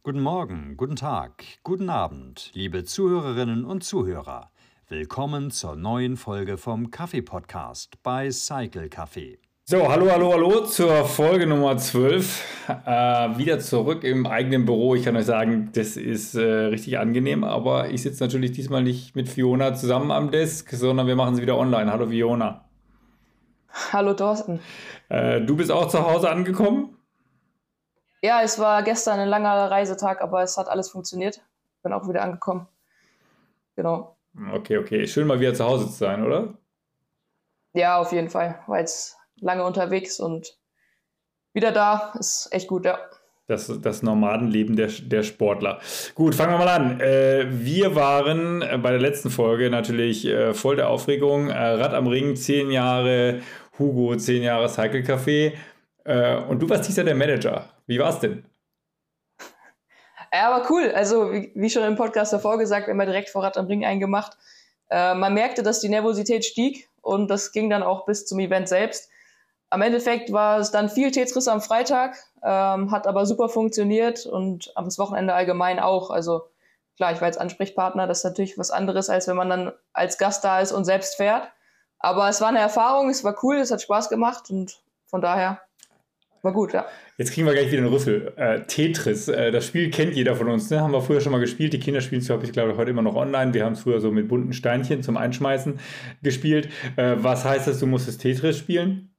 Guten Morgen, guten Tag, guten Abend, liebe Zuhörerinnen und Zuhörer. Willkommen zur neuen Folge vom Kaffee-Podcast bei Cycle Café. So, hallo zur Folge Nummer 12. Wieder zurück im eigenen Büro. Ich kann euch sagen, das ist richtig angenehm, aber ich sitze natürlich diesmal nicht mit Fiona zusammen am Desk, sondern wir machen es wieder online. Hallo Fiona. Hallo Thorsten. Du bist auch zu Hause angekommen? Ja, es war gestern ein langer Reisetag, aber es hat alles funktioniert. Bin auch wieder angekommen. Genau. Okay. Schön mal wieder zu Hause zu sein, oder? Ja, auf jeden Fall. War jetzt lange unterwegs und wieder da. Ist echt gut, ja. Das Nomadenleben der Sportler. Gut, fangen wir mal an. Wir waren bei der letzten Folge natürlich voll der Aufregung. Rad am Ring, 10 Jahre Hugo, 10 Jahre Cycle Café. Und du warst dieses Jahr der Manager. Wie war's denn? Ja, aber cool. Also, wie schon im Podcast davor gesagt, immer direkt vor Rad am Ring eingemacht. Man merkte, dass die Nervosität stieg und das ging dann auch bis zum Event selbst. Am Endeffekt war es dann viel Tetris am Freitag, hat aber super funktioniert und am Wochenende allgemein auch. Also klar, ich war jetzt Ansprechpartner, das ist natürlich was anderes, als wenn man dann als Gast da ist und selbst fährt. Aber es war eine Erfahrung, es war cool, es hat Spaß gemacht und von daher war gut, ja. Jetzt kriegen wir gleich wieder einen Rüffel. Tetris, das Spiel kennt jeder von uns, ne? Haben wir früher schon mal gespielt. Die Kinder spielen es, glaube ich, heute immer noch online. Wir haben es früher so mit bunten Steinchen zum Einschmeißen gespielt. Was heißt das, du musstest Tetris spielen?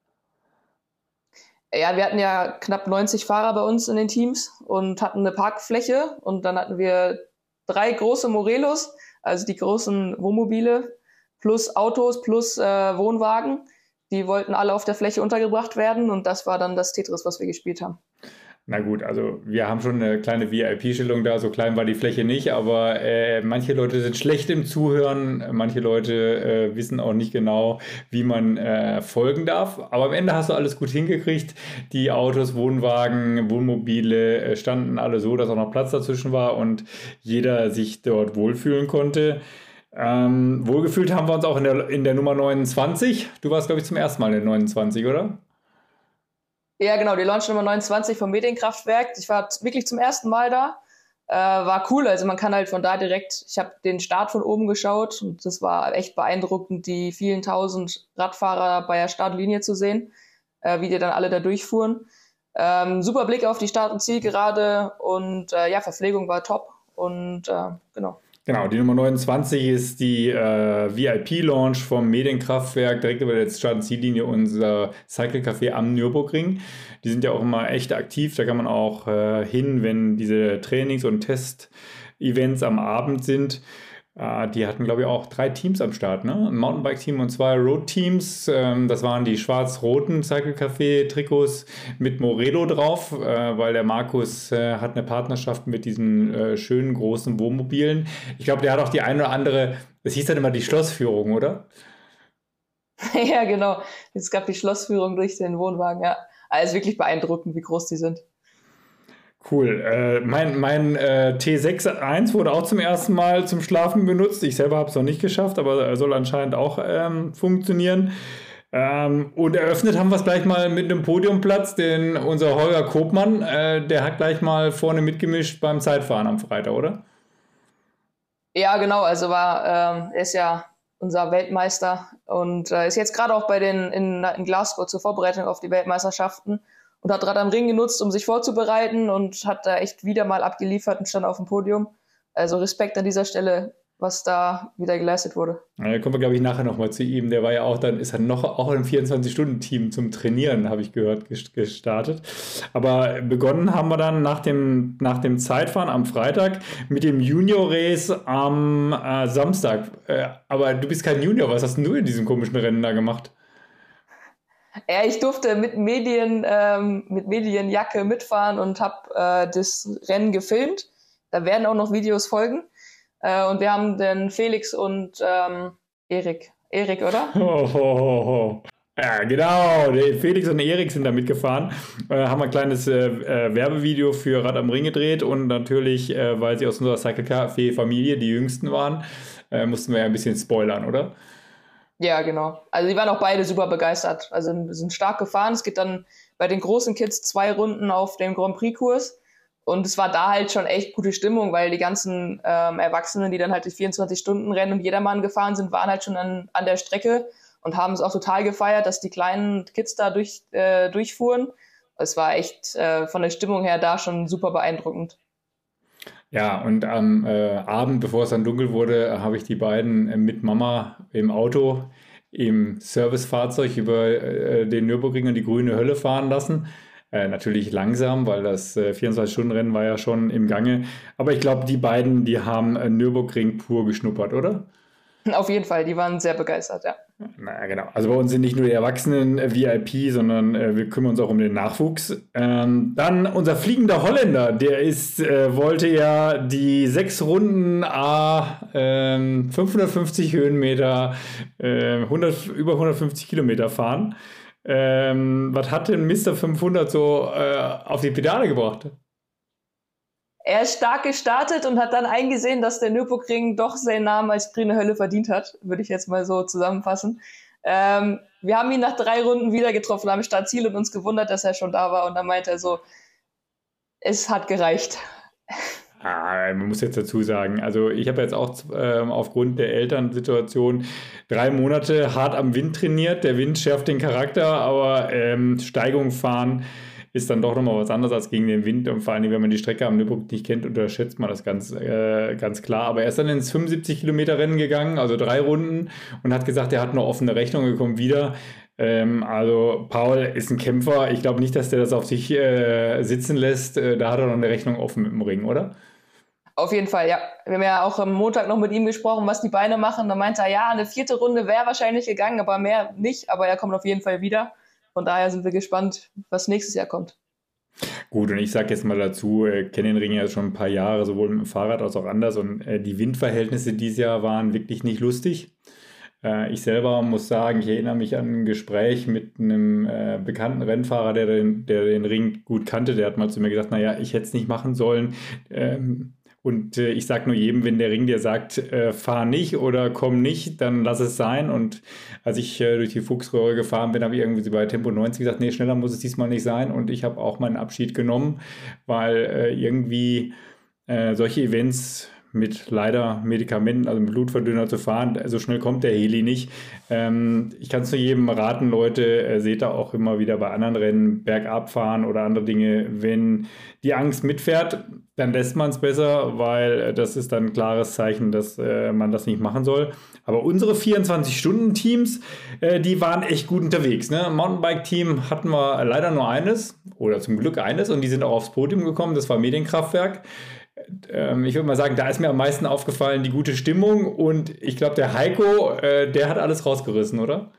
Ja, wir hatten ja knapp 90 Fahrer bei uns in den Teams und hatten eine Parkfläche und dann hatten wir 3 große Morelos, also die großen Wohnmobile, plus Autos, plus Wohnwagen. Die wollten alle auf der Fläche untergebracht werden und das war dann das Tetris, was wir gespielt haben. Na gut, also wir haben schon eine kleine VIP-Stellung da, so klein war die Fläche nicht, aber manche Leute sind schlecht im Zuhören, manche Leute wissen auch nicht genau, wie man folgen darf, aber am Ende hast du alles gut hingekriegt. Die Autos, Wohnwagen, Wohnmobile standen alle so, dass auch noch Platz dazwischen war und jeder sich dort wohlfühlen konnte. Wohlgefühlt haben wir uns auch in der Nummer 29. Du warst, glaube ich, zum ersten Mal in der 29, oder? Ja, genau, die Launch Nummer 29 vom Medienkraftwerk. Ich war wirklich zum ersten Mal da. War cool, also man kann halt von da direkt, ich habe den Start von oben geschaut und das war echt beeindruckend, die vielen tausend Radfahrer bei der Startlinie zu sehen, wie die dann alle da durchfuhren. Super Blick auf die Start- und Zielgerade und ja, Verpflegung war top und genau. Genau, die Nummer 29 ist die VIP-Launch vom Medienkraftwerk, direkt über der Start- und Ziellinie unser Cycle Café am Nürburgring. Die sind ja auch immer echt aktiv, da kann man auch hin, wenn diese Trainings- und Test-Events am Abend sind. Die hatten, glaube ich, auch 3 Teams am Start, ne? Ein Mountainbike-Team und 2 Road-Teams. Das waren die schwarz-roten Cycle Café-Trikots mit Morelo drauf, weil der Markus hat eine Partnerschaft mit diesen schönen großen Wohnmobilen. Ich glaube, der hat auch die eine oder andere, es hieß dann immer die Schlossführung, oder? Ja, genau. Es gab die Schlossführung durch den Wohnwagen, ja. Also wirklich beeindruckend, wie groß die sind. Cool. Mein T6.1 wurde auch zum ersten Mal zum Schlafen benutzt. Ich selber habe es noch nicht geschafft, aber er soll anscheinend auch funktionieren. Und eröffnet haben wir es gleich mal mit einem Podiumplatz, denn unser Holger Kopmann, der hat gleich mal vorne mitgemischt beim Zeitfahren am Freitag, oder? Ja, genau. Also er ist ja unser Weltmeister und ist jetzt gerade auch bei in Glasgow zur Vorbereitung auf die Weltmeisterschaften und hat Rad am Ring genutzt, um sich vorzubereiten und hat da echt wieder mal abgeliefert und stand auf dem Podium. Also Respekt an dieser Stelle, was da wieder geleistet wurde. Ja, da kommen wir, glaube ich, nachher nochmal zu ihm. Der war ja auch dann, ist dann noch auch im 24-Stunden-Team zum Trainieren, habe ich gehört, gestartet. Aber begonnen haben wir dann nach dem Zeitfahren am Freitag mit dem Junior-Race am Samstag. Aber du bist kein Junior, was hast denn du in diesem komischen Rennen da gemacht? Ja, ich durfte mit Medienjacke mitfahren und habe das Rennen gefilmt. Da werden auch noch Videos folgen. Und wir haben den Felix und Erik. Erik, oder? Ja, genau. Felix und Erik sind da mitgefahren. Haben ein kleines Werbevideo für Rad am Ring gedreht und natürlich, weil sie aus unserer Cycle Café Familie die Jüngsten waren, mussten wir ja ein bisschen spoilern, oder? Ja, genau. Also die waren auch beide super begeistert. Also wir sind stark gefahren. Es gibt dann bei den großen Kids 2 Runden auf dem Grand Prix-Kurs Und es war da halt schon echt gute Stimmung, weil die ganzen Erwachsenen, die dann halt die 24-Stunden-Rennen und Jedermann gefahren sind, waren halt schon an der Strecke und haben es auch total gefeiert, dass die kleinen Kids da durchfuhren. Es war echt von der Stimmung her da schon super beeindruckend. Ja, und am Abend, bevor es dann dunkel wurde, habe ich die beiden mit Mama im Auto im Servicefahrzeug über den Nürburgring und die grüne Hölle fahren lassen. Natürlich langsam, weil das 24-Stunden-Rennen war ja schon im Gange. Aber ich glaube, die beiden, die haben Nürburgring pur geschnuppert, oder? Auf jeden Fall, die waren sehr begeistert, ja. Na genau. Also bei uns sind nicht nur die Erwachsenen VIP, sondern wir kümmern uns auch um den Nachwuchs. Dann unser fliegender Holländer, der wollte ja die 6 Runden 550 Höhenmeter, über 150 Kilometer fahren. Was hat denn Mr. 500 so auf die Pedale gebracht? Er ist stark gestartet und hat dann eingesehen, dass der Nürburgring doch seinen Namen als grüne Hölle verdient hat, würde ich jetzt mal so zusammenfassen. Wir haben ihn nach 3 Runden wieder getroffen am Startziel und uns gewundert, dass er schon da war. Und dann meinte er so, es hat gereicht. Man muss jetzt dazu sagen, also ich habe jetzt auch aufgrund der Elternsituation 3 Monate hart am Wind trainiert. Der Wind schärft den Charakter, aber Steigung fahren ist dann doch nochmal was anderes als gegen den Wind. Und vor allem, wenn man die Strecke am Nürburgring nicht kennt, unterschätzt man das ganz klar. Aber er ist dann ins 75-Kilometer-Rennen gegangen, also 3 Runden, und hat gesagt, er hat eine offene Rechnung, er kommt wieder. Also Paul ist ein Kämpfer. Ich glaube nicht, dass der das auf sich sitzen lässt. Da hat er noch eine Rechnung offen mit dem Ring, oder? Auf jeden Fall, ja. Wir haben ja auch am Montag noch mit ihm gesprochen, was die Beine machen. Da meinte er, ja, eine 4. Runde wäre wahrscheinlich gegangen, aber mehr nicht. Aber er kommt auf jeden Fall wieder. Von daher sind wir gespannt, was nächstes Jahr kommt. Gut, und ich sage jetzt mal dazu, kenne den Ring ja schon ein paar Jahre, sowohl mit dem Fahrrad als auch anders. Und die Windverhältnisse dieses Jahr waren wirklich nicht lustig. Ich selber muss sagen, ich erinnere mich an ein Gespräch mit einem bekannten Rennfahrer, der den Ring gut kannte. Der hat mal zu mir gesagt, naja, ich hätte es nicht machen sollen. Und ich sage nur jedem, wenn der Ring dir sagt, fahr nicht oder komm nicht, dann lass es sein. Und als ich durch die Fuchsröhre gefahren bin, habe ich irgendwie bei Tempo 90 gesagt, nee, schneller muss es diesmal nicht sein. Und ich habe auch meinen Abschied genommen, weil irgendwie solche Events mit leider Medikamenten, also mit Blutverdünner zu fahren, so schnell kommt der Heli nicht. Ich kann es nur jedem raten, Leute, seht da auch immer wieder bei anderen Rennen bergab fahren oder andere Dinge. Wenn die Angst mitfährt, dann lässt man es besser, weil das ist dann ein klares Zeichen, dass man das nicht machen soll. Aber unsere 24-Stunden-Teams, die waren echt gut unterwegs. Ne? Mountainbike-Team hatten wir leider nur eines, oder zum Glück eines, und die sind auch aufs Podium gekommen, das war Medienkraftwerk. Ich würde mal sagen, da ist mir am meisten aufgefallen die gute Stimmung, und ich glaube, der Heiko, der hat alles rausgerissen, oder?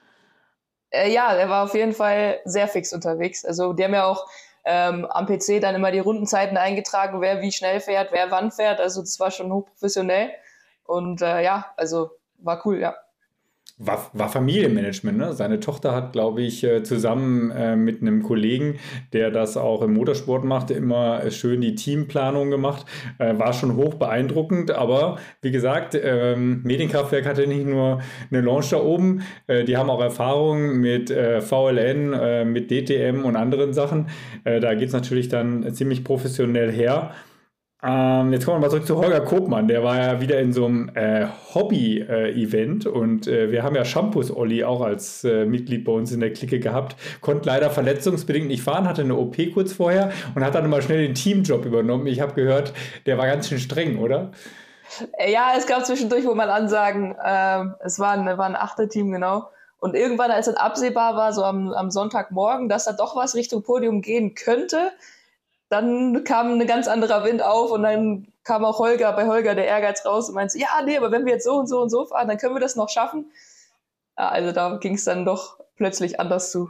Ja, der war auf jeden Fall sehr fix unterwegs. Also die haben ja auch am PC dann immer die Rundenzeiten eingetragen, wer wie schnell fährt, wer wann fährt. Also das war schon hochprofessionell und ja, also war cool, ja. War Familienmanagement, ne? Seine Tochter hat, glaube ich, zusammen mit einem Kollegen, der das auch im Motorsport macht, immer schön die Teamplanung gemacht. War schon hoch beeindruckend, aber wie gesagt, Medienkraftwerk hatte nicht nur eine Launch da oben, die haben auch Erfahrung mit VLN, mit DTM und anderen Sachen. Da geht es natürlich dann ziemlich professionell her. Jetzt kommen wir mal zurück zu Holger Kopmann. Der war ja wieder in so einem Hobby-Event, und wir haben ja Shampoos-Olli auch als Mitglied bei uns in der Clique gehabt. Konnte leider verletzungsbedingt nicht fahren, hatte eine OP kurz vorher und hat dann immer schnell den Teamjob übernommen. Ich habe gehört, der war ganz schön streng, oder? Ja, es gab zwischendurch, wo man ansagen, es war ein 8er-Team, genau. Und irgendwann, als es absehbar war, so am Sonntagmorgen, dass da doch was Richtung Podium gehen könnte, dann kam ein ganz anderer Wind auf, und dann kam auch bei Holger der Ehrgeiz raus und meinte, ja, nee, aber wenn wir jetzt so und so und so fahren, dann können wir das noch schaffen. Ja, also da ging es dann doch plötzlich anders zu.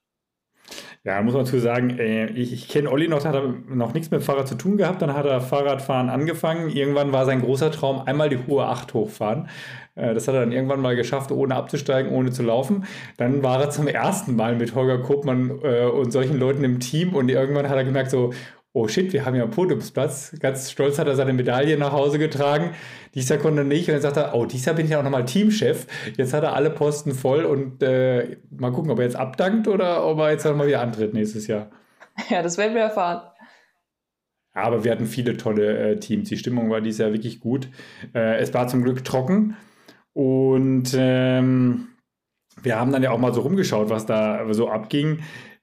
Ja, muss man dazu sagen, ich kenne Olli noch, da hat er noch nichts mit Fahrrad zu tun gehabt, dann hat er Fahrradfahren angefangen. Irgendwann war sein großer Traum, einmal die hohe 8 hochfahren. Das hat er dann irgendwann mal geschafft, ohne abzusteigen, ohne zu laufen. Dann war er zum ersten Mal mit Holger Kopmann und solchen Leuten im Team, und irgendwann hat er gemerkt so, oh shit, wir haben ja einen Podiumsplatz. Ganz stolz hat er seine Medaille nach Hause getragen. Dieses Jahr konnte er nicht, und dann sagt er, oh, dieses Jahr bin ich ja auch nochmal Teamchef. Jetzt hat er alle Posten voll, und mal gucken, ob er jetzt abdankt oder ob er jetzt nochmal wieder antritt nächstes Jahr. Ja, das werden wir erfahren. Aber wir hatten viele tolle Teams. Die Stimmung war dieses Jahr wirklich gut. Es war zum Glück trocken und wir haben dann ja auch mal so rumgeschaut, was da so abging.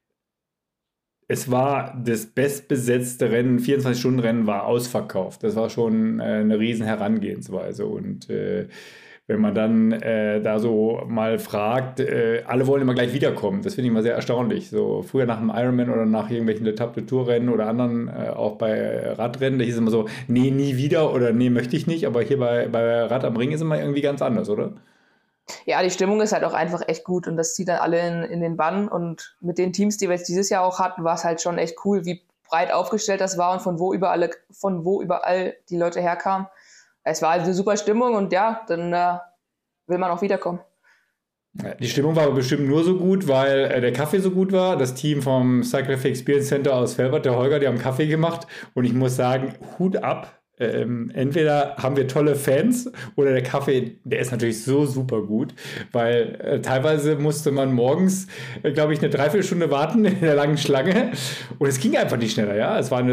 Es war das bestbesetzte Rennen, 24-Stunden-Rennen war ausverkauft. Das war schon eine riesen Herangehensweise. Und wenn man dann da so mal fragt, alle wollen immer gleich wiederkommen. Das finde ich immer sehr erstaunlich. So früher nach einem Ironman oder nach irgendwelchen Etappe-Tour-Rennen oder anderen, auch bei Radrennen, da hieß es immer so, nee, nie wieder oder nee, möchte ich nicht. Aber hier bei Rad am Ring ist immer irgendwie ganz anders, oder? Ja, die Stimmung ist halt auch einfach echt gut und das zieht dann alle in den Bann. Und mit den Teams, die wir jetzt dieses Jahr auch hatten, war es halt schon echt cool, wie breit aufgestellt das war und von wo überall die Leute herkamen. Es war halt eine super Stimmung und ja, dann will man auch wiederkommen. Ja, die Stimmung war aber bestimmt nur so gut, weil der Kaffee so gut war. Das Team vom Cycle Cafe Experience Center aus Velbert, der Holger, die haben Kaffee gemacht und ich muss sagen, Hut ab. Entweder haben wir tolle Fans oder der Kaffee, der ist natürlich so super gut, weil teilweise musste man morgens, glaube ich, eine Dreiviertelstunde warten in der langen Schlange und es ging einfach nicht schneller, ja. Es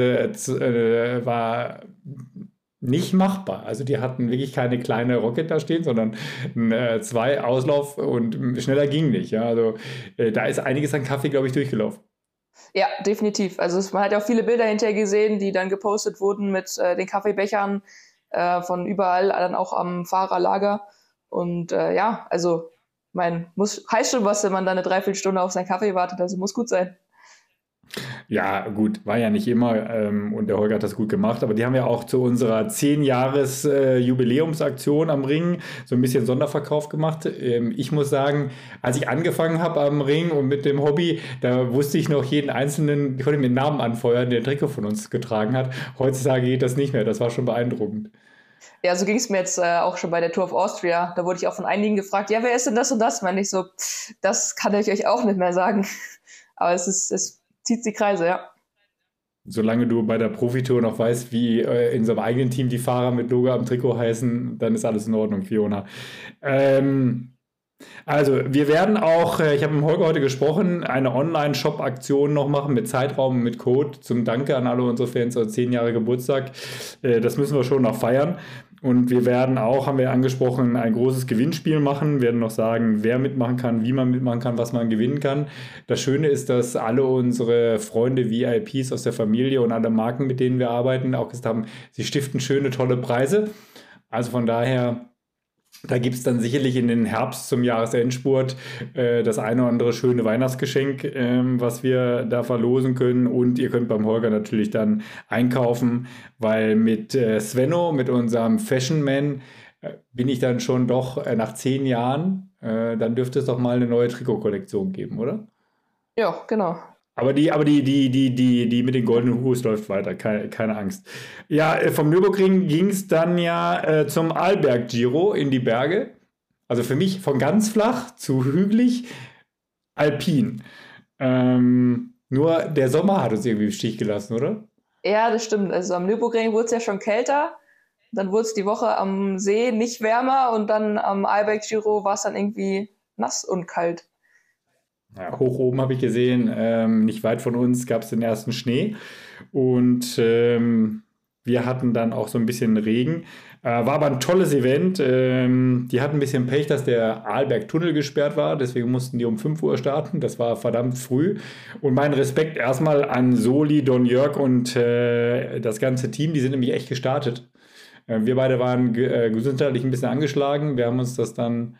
war nicht machbar. Also die hatten wirklich keine kleine Rocket da stehen, sondern 2 Auslauf und schneller ging nicht, ja. Also da ist einiges an Kaffee, glaube ich, durchgelaufen. Ja, definitiv. Also man hat ja auch viele Bilder hinterher gesehen, die dann gepostet wurden mit den Kaffeebechern von überall, dann auch am Fahrerlager. Und ja, also heißt schon was, wenn man dann eine Dreiviertelstunde auf seinen Kaffee wartet, also muss gut sein. Ja, gut, war ja nicht immer und der Holger hat das gut gemacht, aber die haben ja auch zu unserer 10-Jahres-Jubiläumsaktion am Ring so ein bisschen Sonderverkauf gemacht. Ich muss sagen, als ich angefangen habe am Ring und mit dem Hobby, da wusste ich noch jeden Einzelnen, ich konnte mir den Namen anfeuern, der ein Trikot von uns getragen hat. Heutzutage geht das nicht mehr, das war schon beeindruckend. Ja, so ging es mir jetzt auch schon bei der Tour of Austria. Da wurde ich auch von einigen gefragt, ja, wer ist denn das und das? Meine ich so, das kann ich euch auch nicht mehr sagen. Aber es zieht die Kreise, ja. Solange du bei der Profitour noch weißt, wie in so einem eigenen Team die Fahrer mit Logo am Trikot heißen, dann ist alles in Ordnung, Fiona. Also, wir werden auch, ich habe mit Holger heute gesprochen, eine Online-Shop-Aktion noch machen mit Zeitraum, mit Code zum Danke an alle unsere Fans zur 10 Jahre Geburtstag. Das müssen wir schon noch feiern. Und wir werden auch, haben wir angesprochen, ein großes Gewinnspiel machen. Wir werden noch sagen, wer mitmachen kann, wie man mitmachen kann, was man gewinnen kann. Das Schöne ist, dass alle unsere Freunde, VIPs aus der Familie und alle Marken, mit denen wir arbeiten, auch gesagt haben, sie stiften schöne, tolle Preise. Also von daher, da gibt es dann sicherlich in den Herbst zum Jahresendspurt das eine oder andere schöne Weihnachtsgeschenk, was wir da verlosen können. Und ihr könnt beim Holger natürlich dann einkaufen, weil mit Svenno, mit unserem Fashion Man, bin ich dann schon doch nach 10 Jahren, dann dürfte es doch mal eine neue Trikotkollektion geben, oder? Ja, genau. Aber die mit den goldenen Hus läuft weiter, keine Angst. Ja, vom Nürburgring ging es dann ja zum Arlberg-Giro in die Berge. Also für mich von ganz flach zu hügelig, alpin. Nur der Sommer hat uns irgendwie im Stich gelassen, oder? Ja, das stimmt. Also am Nürburgring wurde es ja schon kälter. Dann wurde es die Woche am See nicht wärmer und dann am Arlberg-Giro war es dann irgendwie nass und kalt. Ja, hoch oben habe ich gesehen, nicht weit von uns gab es den ersten Schnee und wir hatten dann auch so ein bisschen Regen. War aber ein tolles Event. Die hatten ein bisschen Pech, dass der Arlberg-Tunnel gesperrt war, deswegen mussten die um 5 Uhr starten. Das war verdammt früh. Und mein Respekt erstmal an Soli, Don Jörg und das ganze Team, die sind nämlich echt gestartet. Wir beide waren gesundheitlich ein bisschen angeschlagen. Wir haben uns das dann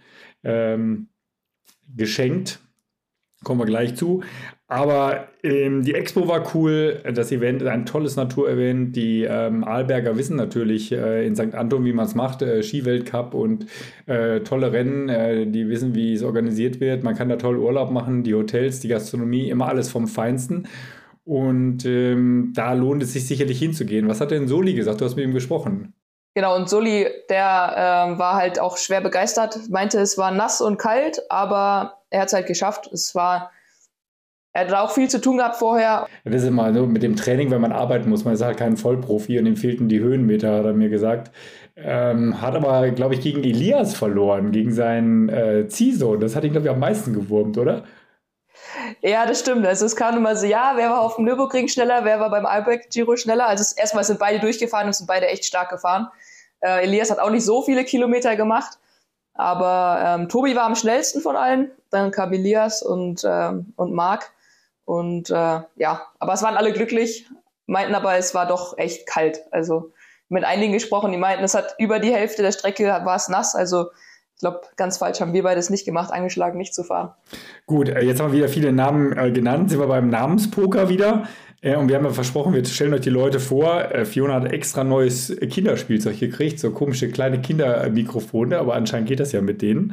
geschenkt. Kommen wir gleich zu. Aber die Expo war cool. Das Event ist ein tolles Naturevent. Die Arlberger wissen natürlich in St. Anton, wie man es macht. Skiweltcup und tolle Rennen. Die wissen, wie es organisiert wird. Man kann da toll Urlaub machen. Die Hotels, die Gastronomie, immer alles vom Feinsten. Und da lohnt es sich sicherlich hinzugehen. Was hat denn Soli gesagt? Du hast mit ihm gesprochen. Genau, und Soli, der war halt auch schwer begeistert, meinte, es war nass und kalt, aber er hat es halt geschafft. Er hat auch viel zu tun gehabt vorher. Das ist immer so mit dem Training, wenn man arbeiten muss. Man ist halt kein Vollprofi und ihm fehlten die Höhenmeter, hat er mir gesagt. Hat aber, glaube ich, gegen Elias verloren, gegen seinen Ziehsohn. Das hat ihn, glaube ich, am meisten gewurmt, oder? Ja, das stimmt. Also es kam immer so, ja, wer war auf dem Nürburgring schneller, wer war beim Alberg Giro schneller. Also erstmal sind beide durchgefahren und sind beide echt stark gefahren. Elias hat auch nicht so viele Kilometer gemacht, aber Tobi war am schnellsten von allen. Dann kam Elias und Marc. Und ja, aber es waren alle glücklich, meinten aber, es war doch echt kalt. Also mit einigen gesprochen, die meinten, es hat über die Hälfte der Strecke war es nass. Also ich glaube, ganz falsch haben wir beides nicht gemacht, angeschlagen, nicht zu fahren. Gut, jetzt haben wir wieder viele Namen genannt. Sind wir beim Namenspoker wieder. Und wir haben ja versprochen, wir stellen euch die Leute vor. Fiona hat extra neues Kinderspielzeug gekriegt, so komische kleine Kindermikrofone, aber anscheinend geht das ja mit denen.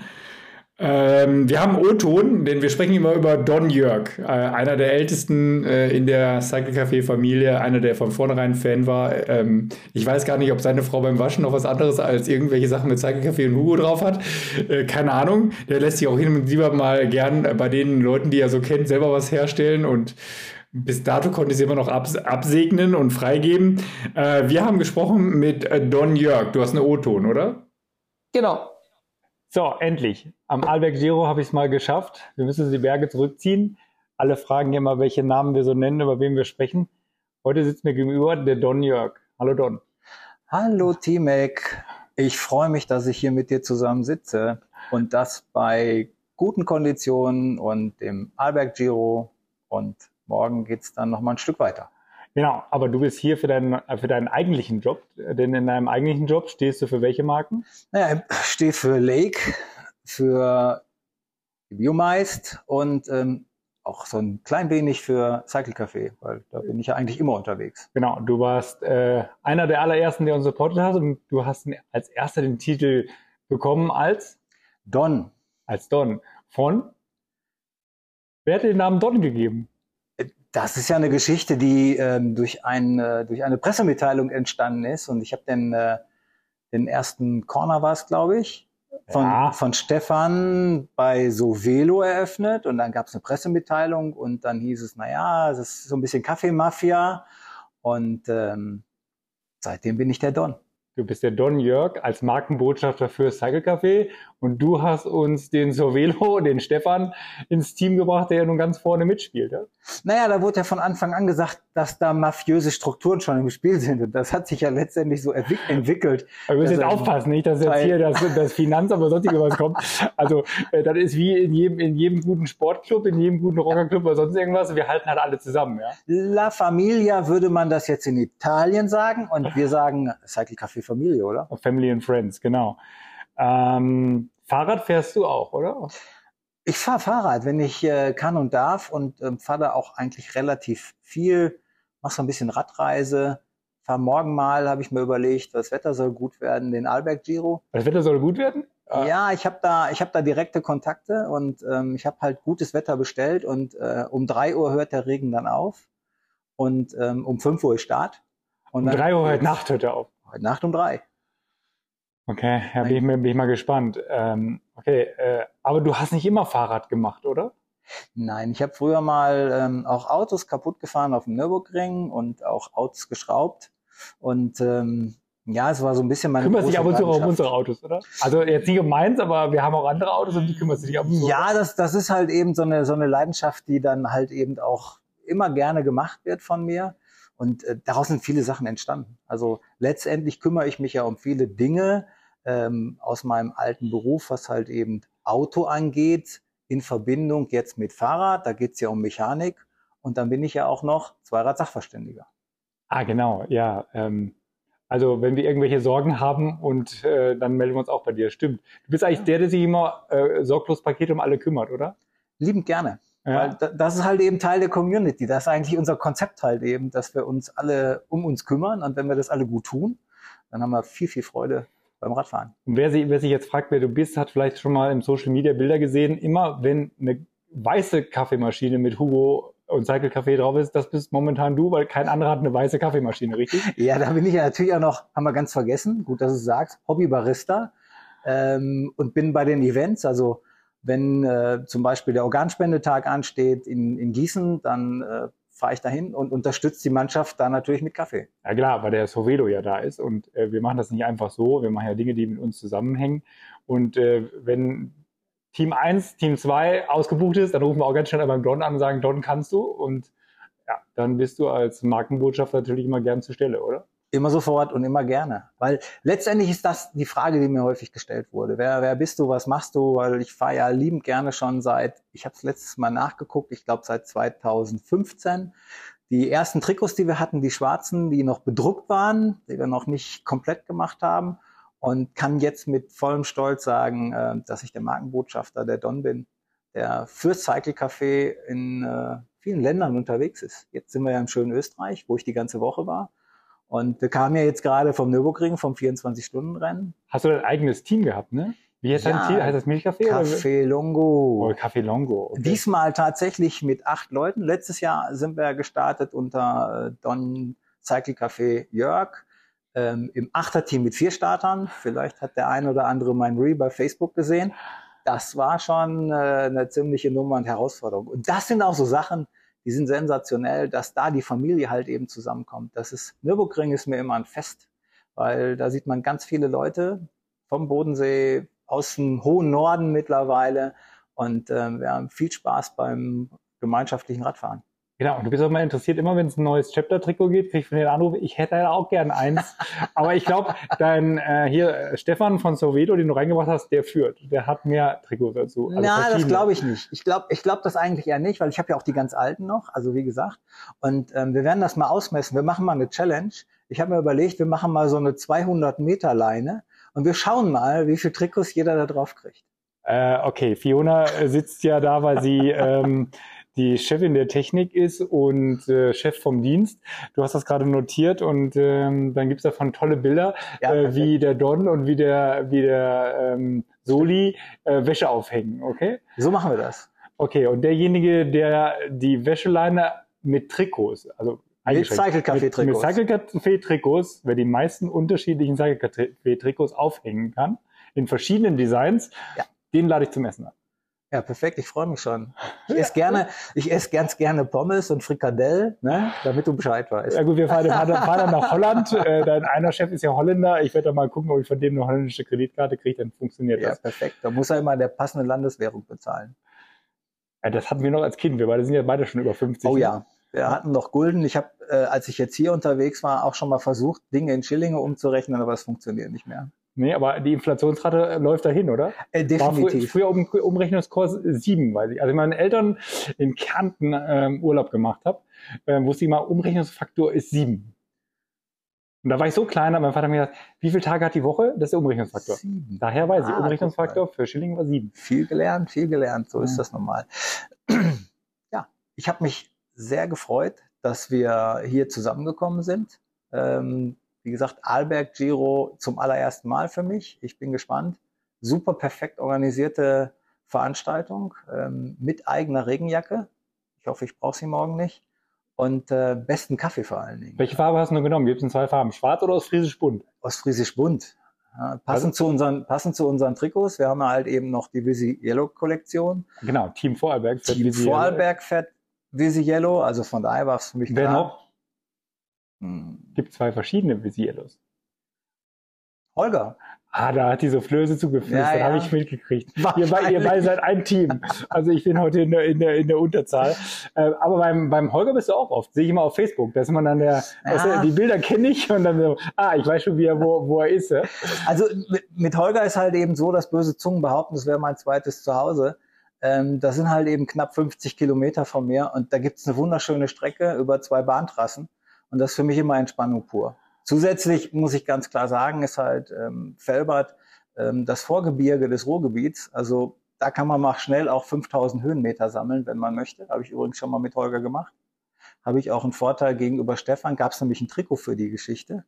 Wir haben O-Ton, denn wir sprechen immer über Don Jörg, einer der ältesten in der Cycle Café Familie, einer, der von vornherein Fan war. Ich weiß gar nicht, ob seine Frau beim Waschen noch was anderes als irgendwelche Sachen mit Cycle Café und Hugo drauf hat. Keine Ahnung. Der lässt sich auch hin und lieber mal gern bei den Leuten, die er so kennt, selber was herstellen, und bis dato konnte ich sie immer noch absegnen und freigeben. Wir haben gesprochen mit Don Jörg. Du hast eine O-Ton, oder? Genau. So, endlich. Am Alberg Giro habe ich es mal geschafft. Wir müssen die Berge zurückziehen. Alle fragen ja immer, welche Namen wir so nennen, über wen wir sprechen. Heute sitzt mir gegenüber der Don Jörg. Hallo Don. Hallo Timek. Ich freue mich, dass ich hier mit dir zusammen sitze und das bei guten Konditionen und dem Alberg Giro, und morgen geht es dann nochmal ein Stück weiter. Genau, aber du bist hier für deinen eigentlichen Job, denn in deinem eigentlichen Job stehst du für welche Marken? Naja, ich stehe für Lake, für Biomeist und auch so ein klein wenig für Cycle Café, weil da bin ich ja eigentlich immer unterwegs. Genau, du warst einer der allerersten, der uns supportet hat, und du hast als erster den Titel bekommen als Don. Als Don. Von? Wer hat dir den Namen Don gegeben? Das ist ja eine Geschichte, die durch eine Pressemitteilung entstanden ist. Und ich habe den ersten Corner, war es, glaube ich, von Stefan bei Sovelo eröffnet. Und dann gab es eine Pressemitteilung und dann hieß es, naja, das ist so ein bisschen Kaffeemafia. Und seitdem bin ich der Don. Du bist der Don Jörg als Markenbotschafter für Cycle Café, und du hast uns den Sovelo, den Stefan, ins Team gebracht, der ja nun ganz vorne mitspielt. Ja? Naja, da wurde ja von Anfang an gesagt, dass da mafiöse Strukturen schon im Spiel sind. Und das hat sich ja letztendlich so entwickelt. Aber wir müssen jetzt aufpassen, nicht, dass jetzt hier das Finanzamt oder sonstige was kommt. Also das ist wie in jedem guten Sportclub, in jedem guten Rockerclub oder sonst irgendwas. Wir halten halt alle zusammen. Ja? La Familia würde man das jetzt in Italien sagen, und wir sagen Cycle Café Familie, oder? Family and Friends, genau. Fahrrad fährst du auch, oder? Ich fahre Fahrrad, wenn ich kann und darf, und fahre da auch eigentlich relativ viel. Mache so ein bisschen Radreise. Fahre morgen mal, habe ich mir überlegt, das Wetter soll gut werden, den Alberg Giro. Das Wetter soll gut werden? Ja, ich habe da direkte Kontakte, und ich habe halt gutes Wetter bestellt, und um 3 Uhr hört der Regen dann auf, und um 5 Uhr ist Start. Und um 3 Uhr heute Nacht hört er auf? Heute Nacht um 3. Okay, ja, bin ich mal gespannt. Aber du hast nicht immer Fahrrad gemacht, oder? Nein, ich habe früher mal auch Autos kaputt gefahren auf dem Nürburgring und auch Autos geschraubt. Und ja, es war so ein bisschen meine Kümmerst dich ab und zu Leidenschaft. um unsere Autos, oder? Also jetzt nicht um meins, aber wir haben auch andere Autos, und die kümmerst du dich ab und zu. Ja, das ist halt eben so eine Leidenschaft, die dann halt eben auch immer gerne gemacht wird von mir. Und daraus sind viele Sachen entstanden. Also letztendlich kümmere ich mich ja um viele Dinge aus meinem alten Beruf, was halt eben Auto angeht, in Verbindung jetzt mit Fahrrad. Da geht's ja um Mechanik. Und dann bin ich ja auch noch Zweirad-Sachverständiger. Ah, genau, ja. Also wenn wir irgendwelche Sorgen haben, und dann melden wir uns auch bei dir. Stimmt. Du bist eigentlich der sich immer sorglos Paket um alle kümmert, oder? Liebend gerne. Ja. Weil das ist halt eben Teil der Community. Das ist eigentlich unser Konzept halt eben, dass wir uns alle um uns kümmern. Und wenn wir das alle gut tun, dann haben wir viel, viel Freude beim Radfahren. Und wer sich jetzt fragt, wer du bist, hat vielleicht schon mal im Social Media Bilder gesehen. Immer wenn eine weiße Kaffeemaschine mit Hugo und Cycle Café drauf ist, das bist momentan du, weil kein anderer hat eine weiße Kaffeemaschine, richtig? Ja, da bin ich ja natürlich auch noch, haben wir ganz vergessen, gut, dass du es sagst, Hobbybarista und bin bei den Events, also wenn zum Beispiel der Organspendetag ansteht in Gießen, dann fahre ich dahin und unterstütze die Mannschaft da natürlich mit Kaffee. Ja klar, weil der Sovelo ja da ist, und wir machen das nicht einfach so, wir machen ja Dinge, die mit uns zusammenhängen, und wenn Team 1, Team 2 ausgebucht ist, dann rufen wir auch ganz schnell beim Don an und sagen, Don, kannst du? Und ja, dann bist du als Markenbotschafter natürlich immer gern zur Stelle, oder? Immer sofort und immer gerne. Weil letztendlich ist das die Frage, die mir häufig gestellt wurde. Wer bist du, was machst du? Weil ich fahre ja liebend gerne schon ich habe es letztes Mal nachgeguckt, ich glaube seit 2015. Die ersten Trikots, die wir hatten, die schwarzen, die noch bedruckt waren, die wir noch nicht komplett gemacht haben. Und kann jetzt mit vollem Stolz sagen, dass ich der Markenbotschafter der Don bin, der für Cycle Café in vielen Ländern unterwegs ist. Jetzt sind wir ja im schönen Österreich, wo ich die ganze Woche war. Und wir kamen ja jetzt gerade vom Nürburgring, vom 24-Stunden-Rennen. Hast du dein eigenes Team gehabt, ne? Wie heißt dein Team? Heißt das Milchcafé? Café Longo. Oh, Café Longo. Okay. Diesmal tatsächlich mit 8 Leuten. Letztes Jahr sind wir gestartet unter Don Cycle Café Jörg. Im 8er-Team mit 4 Startern. Vielleicht hat der ein oder andere mein Reel bei Facebook gesehen. Das war schon eine ziemliche Nummer und Herausforderung. Und das sind auch so Sachen, die sind sensationell, dass da die Familie halt eben zusammenkommt. Nürburgring ist mir immer ein Fest, weil da sieht man ganz viele Leute vom Bodensee, aus dem hohen Norden mittlerweile. Und wir haben viel Spaß beim gemeinschaftlichen Radfahren. Genau, und du bist auch mal interessiert, immer wenn es ein neues Chapter-Trikot gibt, krieg ich von den Anruf, ich hätte ja auch gern eins. Aber ich glaube, Stefan von Soweto, den du reingebracht hast, der führt. Der hat mehr Trikots dazu. Also na, das glaube ich nicht. Ich glaube das eigentlich eher nicht, weil ich habe ja auch die ganz alten noch, also wie gesagt. Und wir werden das mal ausmessen. Wir machen mal eine Challenge. Ich habe mir überlegt, wir machen mal so eine 200-Meter-Leine und wir schauen mal, wie viele Trikots jeder da drauf kriegt. Okay, Fiona sitzt ja da, weil sie die Chefin der Technik ist und Chef vom Dienst. Du hast das gerade notiert und dann gibt's davon tolle Bilder, wie der Don und wie der Soli Wäsche aufhängen, okay? So machen wir das. Okay, und derjenige, der die Wäscheleine mit Trikots, also mit Cycle Café-Trikots. Mit Cycle Café-Trikots, wer die meisten unterschiedlichen Cycle Café-Trikots aufhängen kann, in verschiedenen Designs, den lade ich zum Essen an. Ja, perfekt, ich freue mich schon. Ich esse ganz gerne Pommes und Frikadell, ne, damit du Bescheid weißt. Ja gut, wir fahren dann nach Holland. Dein einer Chef ist ja Holländer. Ich werde da mal gucken, ob ich von dem eine holländische Kreditkarte kriege, dann funktioniert das. Ja, perfekt. Da muss er immer in der passenden Landeswährung bezahlen. Ja, das hatten wir noch als Kind. Wir sind ja beide schon über 50. Oh ja, wir hatten noch Gulden. Ich habe, als ich jetzt hier unterwegs war, auch schon mal versucht, Dinge in Schillinge umzurechnen, aber es funktioniert nicht mehr. Nee, aber die Inflationsrate läuft dahin, oder? Definitiv. War früher Umrechnungskurs 7, weiß ich. Also meine Eltern in Kärnten Urlaub gemacht habe, wusste ich mal, Umrechnungsfaktor ist 7. Und da war ich so klein, hat mein Vater mir gesagt, wie viele Tage hat die Woche? Das ist der Umrechnungsfaktor. 7. Daher weiß ich, Umrechnungsfaktor für Schilling war 7. Viel gelernt, so ist das normal. Ja, ich habe mich sehr gefreut, dass wir hier zusammengekommen sind. Wie gesagt, Arlberg Giro zum allerersten Mal für mich. Ich bin gespannt. Super perfekt organisierte Veranstaltung mit eigener Regenjacke. Ich hoffe, ich brauche sie morgen nicht. Und besten Kaffee vor allen Dingen. Welche Farbe hast du genommen? Gibt es in 2 Farben? Schwarz oder ostfriesisch bunt? Ostfriesisch bunt. Ja, passend zu unseren Trikots. Wir haben ja halt eben noch die Visi Yellow Kollektion. Genau, Team Vorarlberg fährt Visi Yellow. Vorarlberg fährt Visi Yellow. Also von daher war es für mich klar. Wer noch? Gibt 2 verschiedene Visiellos. Holger. Da hat die Soufflöse zugeflüstert, habe ich mitgekriegt. Ihr beide seid ein Team. Also ich bin heute in der Unterzahl. Aber beim Holger bist du auch oft. Sehe ich immer auf Facebook. Da ist man dann die Bilder kenne ich und dann so, ich weiß schon, wo er ist. Ja? Also mit Holger ist halt eben so, dass böse Zungen behaupten, das wäre mein zweites Zuhause. Das sind halt eben knapp 50 Kilometer von mir und da gibt es eine wunderschöne Strecke über 2 Bahntrassen. Und das ist für mich immer Entspannung pur. Zusätzlich muss ich ganz klar sagen, ist halt Velbert das Vorgebirge des Ruhrgebiets. Also da kann man mal schnell auch 5000 Höhenmeter sammeln, wenn man möchte. Habe ich übrigens schon mal mit Holger gemacht. Habe ich auch einen Vorteil gegenüber Stefan. Gab es nämlich ein Trikot für die Geschichte.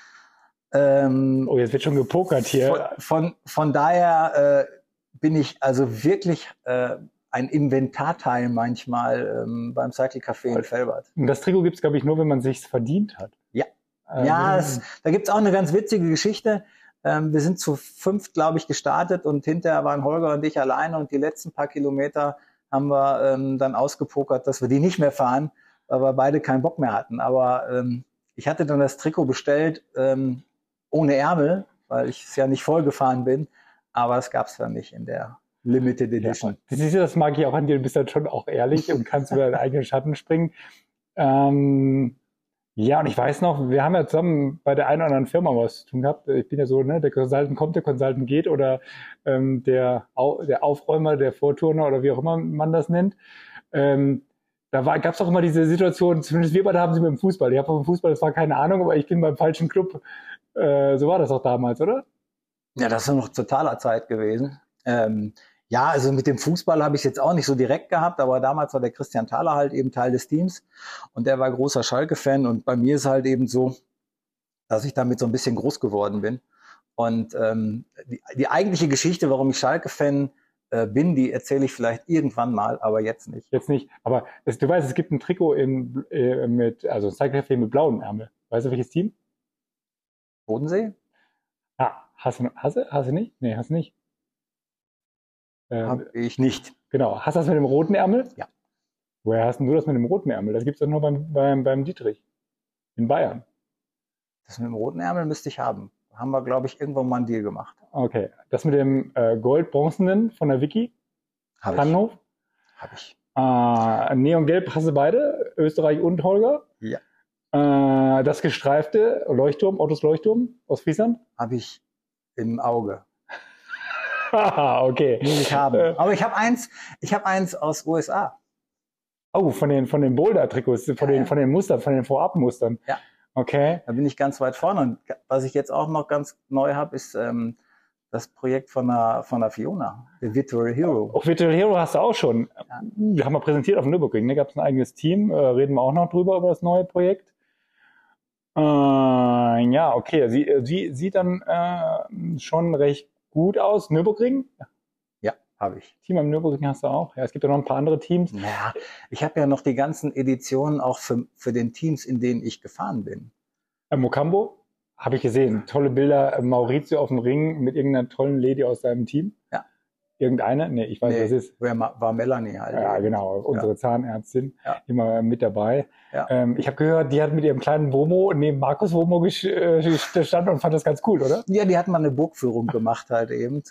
Jetzt wird schon gepokert hier. Von daher bin ich also wirklich ein Inventarteil manchmal beim Cycle Café in Velbert. Und das Trikot gibt es, glaube ich, nur, wenn man es sich verdient hat. Ja. Da gibt es auch eine ganz witzige Geschichte. Wir sind zu 5, glaube ich, gestartet und hinterher waren Holger und ich alleine und die letzten paar Kilometer haben wir dann ausgepokert, dass wir die nicht mehr fahren, weil wir beide keinen Bock mehr hatten. Aber ich hatte dann das Trikot bestellt ohne Ärmel, weil ich es ja nicht voll gefahren bin. Aber das gab es dann nicht in der Limited Edition. Ja, das mag ich auch an dir, du bist dann schon auch ehrlich und kannst über deinen eigenen Schatten springen. Ja, und ich weiß noch, wir haben ja zusammen bei der einen oder anderen Firma was zu tun gehabt. Ich bin ja so, ne, der Consultant kommt, der Consultant geht oder der Aufräumer, der Vorturner oder wie auch immer man das nennt. Gab es auch immer diese Situation, zumindest wir beide haben sie mit dem Fußball. Ich habe vom Fußball, das war keine Ahnung, aber ich bin beim falschen Club. So war das auch damals, oder? Ja, das ist noch zu totaler Zeit gewesen. Ja, also mit dem Fußball habe ich es jetzt auch nicht so direkt gehabt, aber damals war der Christian Thaler halt eben Teil des Teams und der war großer Schalke-Fan und bei mir ist halt eben so, dass ich damit so ein bisschen groß geworden bin. Und die eigentliche Geschichte, warum ich Schalke-Fan bin, die erzähle ich vielleicht irgendwann mal, aber jetzt nicht. Jetzt nicht, aber du weißt, es gibt ein Trikot also ein Cycle Café mit blauen Ärmel. Weißt du, welches Team? Bodensee? Hast du nicht? Nee, hast du nicht. Habe ich nicht. Genau. Hast du das mit dem roten Ärmel? Ja. Woher hast du das mit dem roten Ärmel? Das gibt es doch nur beim Dietrich. In Bayern. Das mit dem roten Ärmel müsste ich haben. Haben wir, glaube ich, irgendwann mal einen Deal gemacht. Okay. Das mit dem Gold-Bronzenen von der Wiki? Tannenhof? Habe ich. Neongelb hast du beide? Österreich und Holger? Ja. Das gestreifte Leuchtturm, Ottos Leuchtturm aus Friesland? Habe ich im Auge. Okay. Muss ich haben. Aber ich habe eins aus USA. Oh, von den Boulder-Trikots, von den Mustern, von den Vorabmustern. Ja. Okay. Da bin ich ganz weit vorne. Und was ich jetzt auch noch ganz neu habe, ist das Projekt von der Fiona, der Virtual Hero. Auch Virtual Hero hast du auch schon. Ja. Wir haben mal präsentiert auf dem Nürburgring. Da gab es ein eigenes Team. Reden wir auch noch drüber, über das neue Projekt. Ja, okay. Sie sieht dann schon recht gut aus. Nürburgring? Ja, habe ich. Team am Nürburgring hast du auch? Ja, es gibt ja noch ein paar andere Teams. Ja, ich habe ja noch die ganzen Editionen auch für den Teams, in denen ich gefahren bin. Mokambo? Habe ich gesehen. Tolle Bilder. Maurizio auf dem Ring mit irgendeiner tollen Lady aus seinem Team. Ja. Irgendeine? Nee, ich weiß, was es ist. War Melanie halt. Ja, genau. Unsere Zahnärztin. Ja. Immer mit dabei. Ja. Ich habe gehört, die hat mit ihrem kleinen Womo neben Markus Womo gestanden und fand das ganz cool, oder? Ja, die hat mal eine Burgführung gemacht halt eben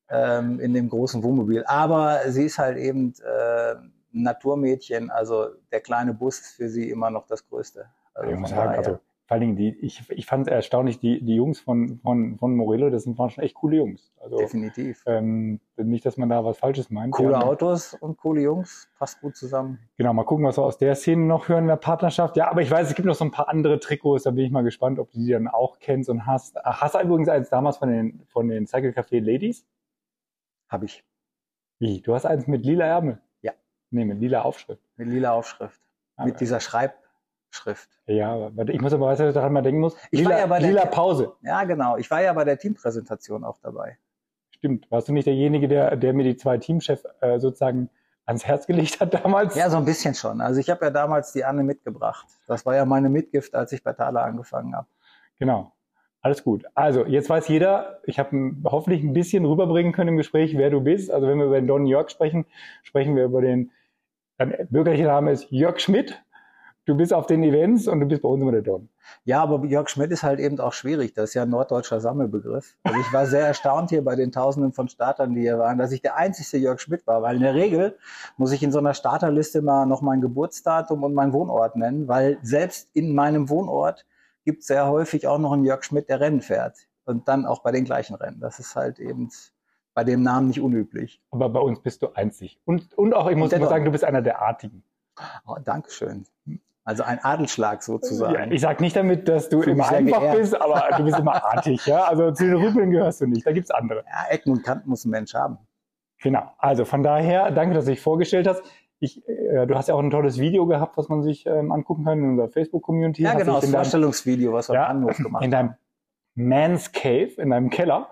in dem großen Wohnmobil. Aber sie ist halt eben ein Naturmädchen. Also der kleine Bus ist für sie immer noch das Größte. Also ich muss sagen, vor allen Dingen, ich fand es erstaunlich, die Jungs von Morello, das waren schon echt coole Jungs. Also, definitiv. Nicht, dass man da was Falsches meint. Coole Autos und coole Jungs, passt gut zusammen. Genau, mal gucken, was wir aus der Szene noch hören in der Partnerschaft. Ja, aber ich weiß, es gibt noch so ein paar andere Trikots, da bin ich mal gespannt, ob du die dann auch kennst und hast. Hast du übrigens eins damals von den Cycle Café Ladies? Habe ich. Wie? Du hast eins mit lila Ärmel? Ja. Nee, mit lila Aufschrift. Mit lila Aufschrift. Mit dieser Schreibschrift. Ja, ich muss aber, weißt du, daran mal denken muss. Lila Pause. Ja, genau. Ich war ja bei der Teampräsentation auch dabei. Stimmt. Warst du nicht derjenige, der mir die zwei Teamchefs sozusagen ans Herz gelegt hat damals? Ja, so ein bisschen schon. Also ich habe ja damals die Anne mitgebracht. Das war ja meine Mitgift, als ich bei Thaler angefangen habe. Genau. Alles gut. Also, jetzt weiß jeder, ich habe hoffentlich ein bisschen rüberbringen können im Gespräch, wer du bist. Also, wenn wir über den Don Jörg sprechen, sprechen wir über dein bürgerlicher Name ist Jörg Schmidt. Du bist auf den Events und du bist bei uns immer der Don. Ja, aber Jörg Schmidt ist halt eben auch schwierig. Das ist ja ein norddeutscher Sammelbegriff. Also ich war sehr erstaunt hier bei den Tausenden von Startern, die hier waren, dass ich der einzige Jörg Schmidt war. Weil in der Regel muss ich in so einer Starterliste mal noch mein Geburtsdatum und meinen Wohnort nennen, weil selbst in meinem Wohnort gibt es sehr häufig auch noch einen Jörg Schmidt, der Rennen fährt. Und dann auch bei den gleichen Rennen. Das ist halt eben bei dem Namen nicht unüblich. Aber bei uns bist du einzig. Und auch, ich muss immer sagen, du bist einer der Artigen. Oh, Dankeschön. Also ein Adelsschlag sozusagen. Ja, ich sage nicht damit, dass du immer einfach bist, aber du bist immer artig. Ja? Also zu den Rüpeln gehörst du nicht, da gibt es andere. Ja, Ecken und Kanten muss ein Mensch haben. Genau, also von daher, danke, dass du dich vorgestellt hast. Du hast ja auch ein tolles Video gehabt, was man sich angucken kann in unserer Facebook-Community. Ja, genau, das Vorstellungsvideo, was wir am Bahnhof gemacht haben. In deinem Man's Cave, in deinem Keller.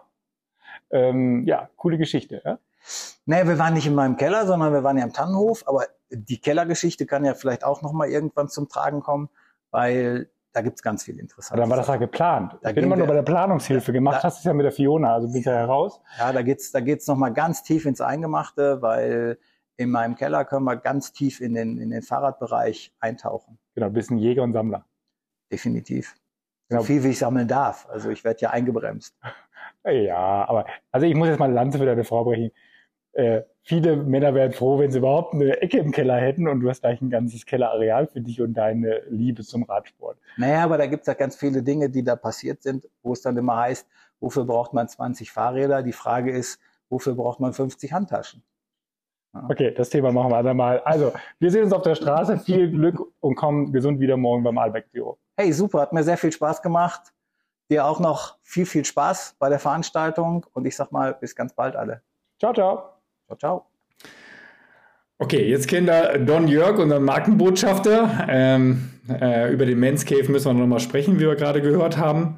Ja, coole Geschichte. Ja? Nee, wir waren nicht in meinem Keller, sondern wir waren ja im Tannenhof. Aber die Kellergeschichte kann ja vielleicht auch nochmal irgendwann zum Tragen kommen, weil da gibt es ganz viel Interessantes. Dann war das ja geplant. Ich bin immer nur bei der Planungshilfe gemacht. Hast du es ja mit der Fiona, also bist ja heraus. Ja, da geht's nochmal ganz tief ins Eingemachte, weil in meinem Keller können wir ganz tief in den Fahrradbereich eintauchen. Genau, du bist ein Jäger und Sammler. Definitiv. Genau. So viel, wie ich sammeln darf. Also ich werde ja eingebremst. Ja, aber also ich muss jetzt mal eine Lanze für deine Frau brechen. viele Männer wären froh, wenn sie überhaupt eine Ecke im Keller hätten und du hast gleich ein ganzes Kellerareal für dich und deine Liebe zum Radsport. Naja, aber da gibt es ja ganz viele Dinge, die da passiert sind, wo es dann immer heißt, wofür braucht man 20 Fahrräder? Die Frage ist, wofür braucht man 50 Handtaschen? Ja. Okay, das Thema machen wir andermal. Also, wir sehen uns auf der Straße. Viel Glück und kommen gesund wieder morgen beim Arlberg Giro. Hey, super, hat mir sehr viel Spaß gemacht. Dir auch noch viel, viel Spaß bei der Veranstaltung und ich sag mal, bis ganz bald alle. Ciao, ciao. Ciao, ciao. Okay, jetzt kennen wir Don Jörg, unseren Markenbotschafter. Über den Men's Cave müssen wir noch mal sprechen, wie wir gerade gehört haben.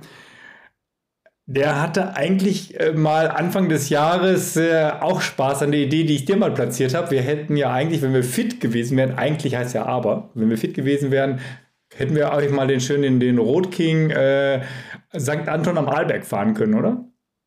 Der hatte eigentlich mal Anfang des Jahres auch Spaß an der Idee, die ich dir mal platziert habe. Wir hätten ja eigentlich, wenn wir fit gewesen wären, eigentlich heißt ja aber, wenn wir fit gewesen wären, hätten wir auch mal den Road King St. Anton am Arlberg fahren können, oder?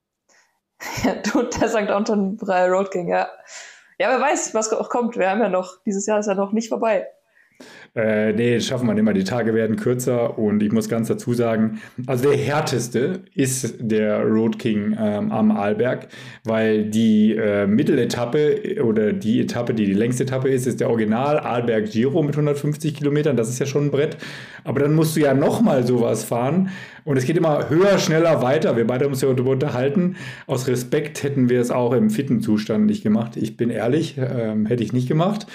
Ja, der St. Anton Road King, ja. Ja, wer weiß, was auch kommt. Wir haben ja noch, dieses Jahr ist ja noch nicht vorbei. Nee, das schaffen wir nicht mehr. Die Tage werden kürzer und ich muss ganz dazu sagen, also der härteste ist der Road King am Arlberg, weil die Mitteletappe oder die Etappe, die längste Etappe ist der Original Arlberg Giro mit 150 Kilometern. Das ist ja schon ein Brett. Aber dann musst du ja nochmal sowas fahren und es geht immer höher, schneller weiter. Wir beide haben uns ja darüber unterhalten. Aus Respekt hätten wir es auch im fitten Zustand nicht gemacht. Ich bin ehrlich, hätte ich nicht gemacht.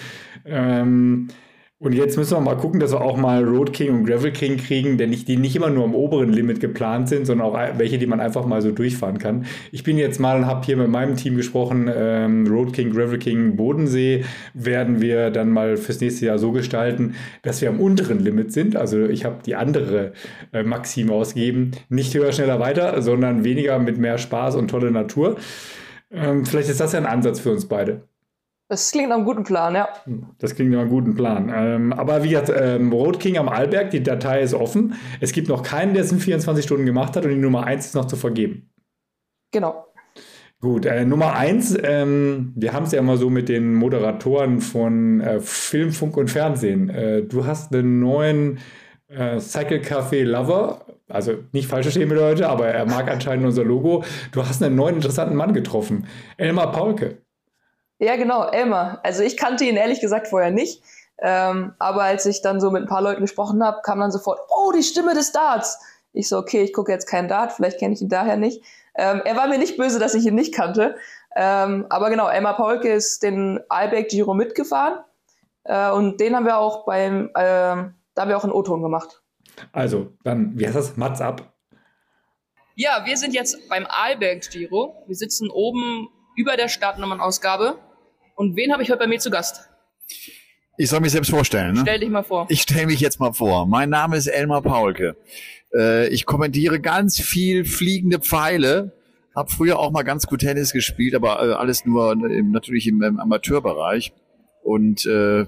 Und jetzt müssen wir mal gucken, dass wir auch mal Road King und Gravel King kriegen, denn die nicht immer nur am oberen Limit geplant sind, sondern auch welche, die man einfach mal so durchfahren kann. Ich bin jetzt mal und habe hier mit meinem Team gesprochen, Road King, Gravel King, Bodensee werden wir dann mal fürs nächste Jahr so gestalten, dass wir am unteren Limit sind. Also ich habe die andere Maxime ausgegeben, nicht höher, schneller, weiter, sondern weniger mit mehr Spaß und tolle Natur. Vielleicht ist das ja ein Ansatz für uns beide. Das klingt nach einem guten Plan, ja. Das klingt nach einem guten Plan. Aber wie gesagt, Road King am Arlberg, die Datei ist offen. Es gibt noch keinen, der es in 24 Stunden gemacht hat und die Nummer 1 ist noch zu vergeben. Genau. Gut, Nummer 1, wir haben es ja immer so mit den Moderatoren von Film, Funk und Fernsehen. Du hast einen neuen Cycle Café Lover, also nicht falsch verstehen mit Leute, aber er mag anscheinend unser Logo. Du hast einen neuen interessanten Mann getroffen, Elmar Paulke. Ja, genau, Elmar. Also ich kannte ihn ehrlich gesagt vorher nicht. Aber als ich dann so mit ein paar Leuten gesprochen habe, kam dann sofort, oh, die Stimme des Darts. Ich so, okay, ich gucke jetzt keinen Dart, vielleicht kenne ich ihn daher nicht. Er war mir nicht böse, dass ich ihn nicht kannte. Aber genau, Elmar Paulke ist den Arlberg Giro mitgefahren. Und den haben wir auch da haben wir auch einen O-Ton gemacht. Also, dann, wie heißt das? Mats ab. Ja, wir sind jetzt beim Arlberg Giro. Wir sitzen oben über der Startnummernausgabe. Und wen habe ich heute bei mir zu Gast? Ich soll mich selbst vorstellen, ne? Stell dich mal vor. Ich stelle mich jetzt mal vor. Mein Name ist Elmar Paulke. Ich kommentiere ganz viel fliegende Pfeile. Hab früher auch mal ganz gut Tennis gespielt, aber alles nur natürlich im Amateurbereich. Und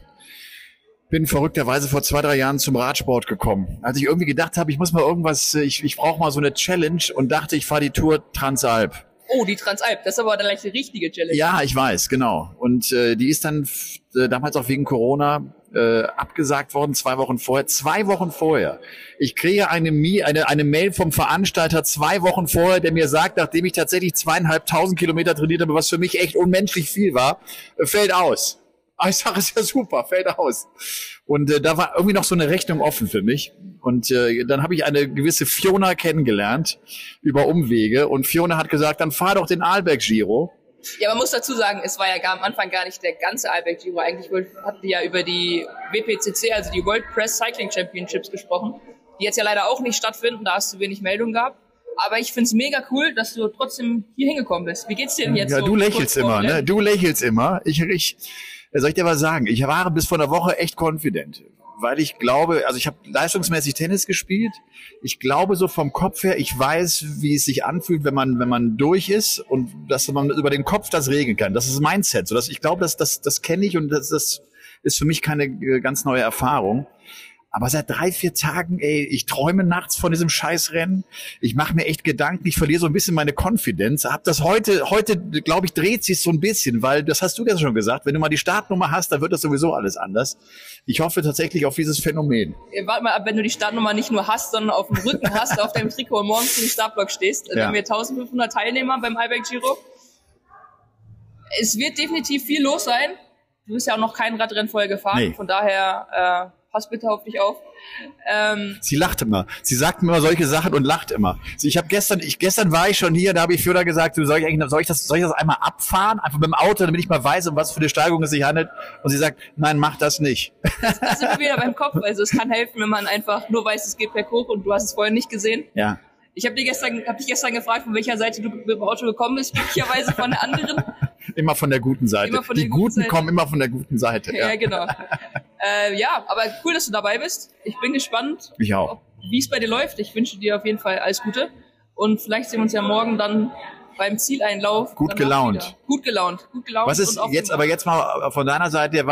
bin verrückterweise vor 2-3 Jahren zum Radsport gekommen. Als ich irgendwie gedacht habe, ich muss mal irgendwas, ich brauche mal so eine Challenge und dachte, ich fahre die Tour Transalp. Oh, die Transalp, das ist aber dann gleich die richtige Challenge. Ja, ich weiß, genau. Und die ist dann damals auch wegen Corona abgesagt worden, 2 Wochen vorher. 2 Wochen vorher. Ich kriege eine Mail vom Veranstalter 2 Wochen vorher, der mir sagt, nachdem ich tatsächlich 2.500 Kilometer trainiert habe, was für mich echt unmenschlich viel war, fällt aus. Ich sage, ist ja super, fällt aus. Und da war irgendwie noch so eine Rechnung offen für mich. Und dann habe ich eine gewisse Fiona kennengelernt über Umwege. Und Fiona hat gesagt, dann fahr doch den Arlberg Giro. Ja, man muss dazu sagen, es war ja am Anfang gar nicht der ganze Arlberg Giro. Eigentlich hatten die ja über die WPCC, also die World Press Cycling Championships gesprochen, die jetzt ja leider auch nicht stattfinden, da es zu wenig Meldungen gab. Aber ich find's mega cool, dass du trotzdem hier hingekommen bist. Wie geht's dir denn jetzt? Ja, so du lächelst immer, ne? Du lächelst immer. Soll ich dir was sagen? Ich war bis vor einer Woche echt confident, weil ich glaube, also ich habe leistungsmäßig Tennis gespielt. Ich glaube so vom Kopf her, ich weiß, wie es sich anfühlt, wenn man durch ist und dass man über den Kopf das regeln kann. Das ist Mindset. So, ich glaube, das kenne ich und das ist für mich keine ganz neue Erfahrung. Aber seit 3-4 Tagen, ich träume nachts von diesem Scheißrennen. Ich mache mir echt Gedanken, ich verliere so ein bisschen meine Confidence. Hab das heute, glaube ich, dreht sich so ein bisschen, weil, das hast du ja schon gesagt, wenn du mal die Startnummer hast, dann wird das sowieso alles anders. Ich hoffe tatsächlich auf dieses Phänomen. Warte mal ab, wenn du die Startnummer nicht nur hast, sondern auf dem Rücken hast, auf deinem Trikot und morgens im Startblock stehst. Dann haben wir 1500 Teilnehmer beim Arlberg Giro. Es wird definitiv viel los sein. Du bist ja auch noch kein Radrennen vorher gefahren, Von daher pass bitte auf dich auf. Sie lacht immer. Sie sagt mir immer solche Sachen und lacht immer. Gestern war ich schon hier, da habe ich Fiona gesagt, soll ich das einmal abfahren? Einfach mit dem Auto, damit ich mal weiß, um was für eine Steigung es sich handelt. Und sie sagt, nein, mach das nicht. Das sind wir wieder beim Kopf. Also es kann helfen, wenn man einfach nur weiß, es geht berghoch und du hast es vorher nicht gesehen. Ja. Ich habe dich gestern gefragt, von welcher Seite du mit dem Auto gekommen bist, möglicherweise von der anderen. Immer von der guten Seite. Die Guten kommen immer von der guten Seite. Ja, genau. Aber cool, dass du dabei bist. Ich bin gespannt, wie es bei dir läuft. Ich wünsche dir auf jeden Fall alles Gute. Und vielleicht sehen wir uns ja morgen dann beim Zieleinlauf. Gut gelaunt. Gut gelaunt. Was ist jetzt mal von deiner Seite,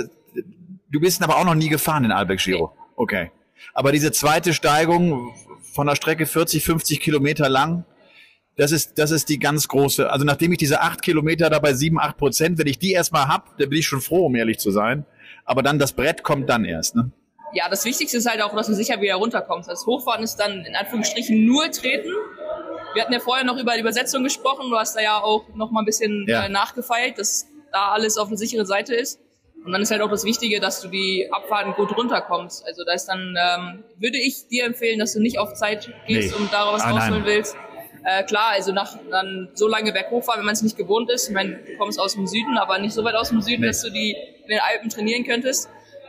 du bist aber auch noch nie gefahren in Albeck Giro. Nee. Okay. Aber diese zweite Steigung von der Strecke 40, 50 Kilometer lang, das ist die ganz große, also nachdem ich diese 8 Kilometer da bei 7-8%, wenn ich die erstmal hab, dann bin ich schon froh, um ehrlich zu sein. Aber dann das Brett kommt dann erst, ne? Ja, das Wichtigste ist halt auch, dass du sicher wieder runterkommst. Das Hochfahren ist dann in Anführungsstrichen nur Treten. Wir hatten ja vorher noch über die Übersetzung gesprochen. Du hast da ja auch noch mal ein bisschen nachgefeilt, dass da alles auf der sicheren Seite ist. Und dann ist halt auch das Wichtige, dass du die Abfahrten gut runterkommst. Also da ist dann, würde ich dir empfehlen, dass du nicht auf Zeit gehst und daraus rausholen willst. Klar, also dann so lange berghoch fahren, wenn man es nicht gewohnt ist. Ich meine, du kommst aus dem Süden, aber nicht so weit aus dem Süden, dass du die in den Alpen trainieren könntest.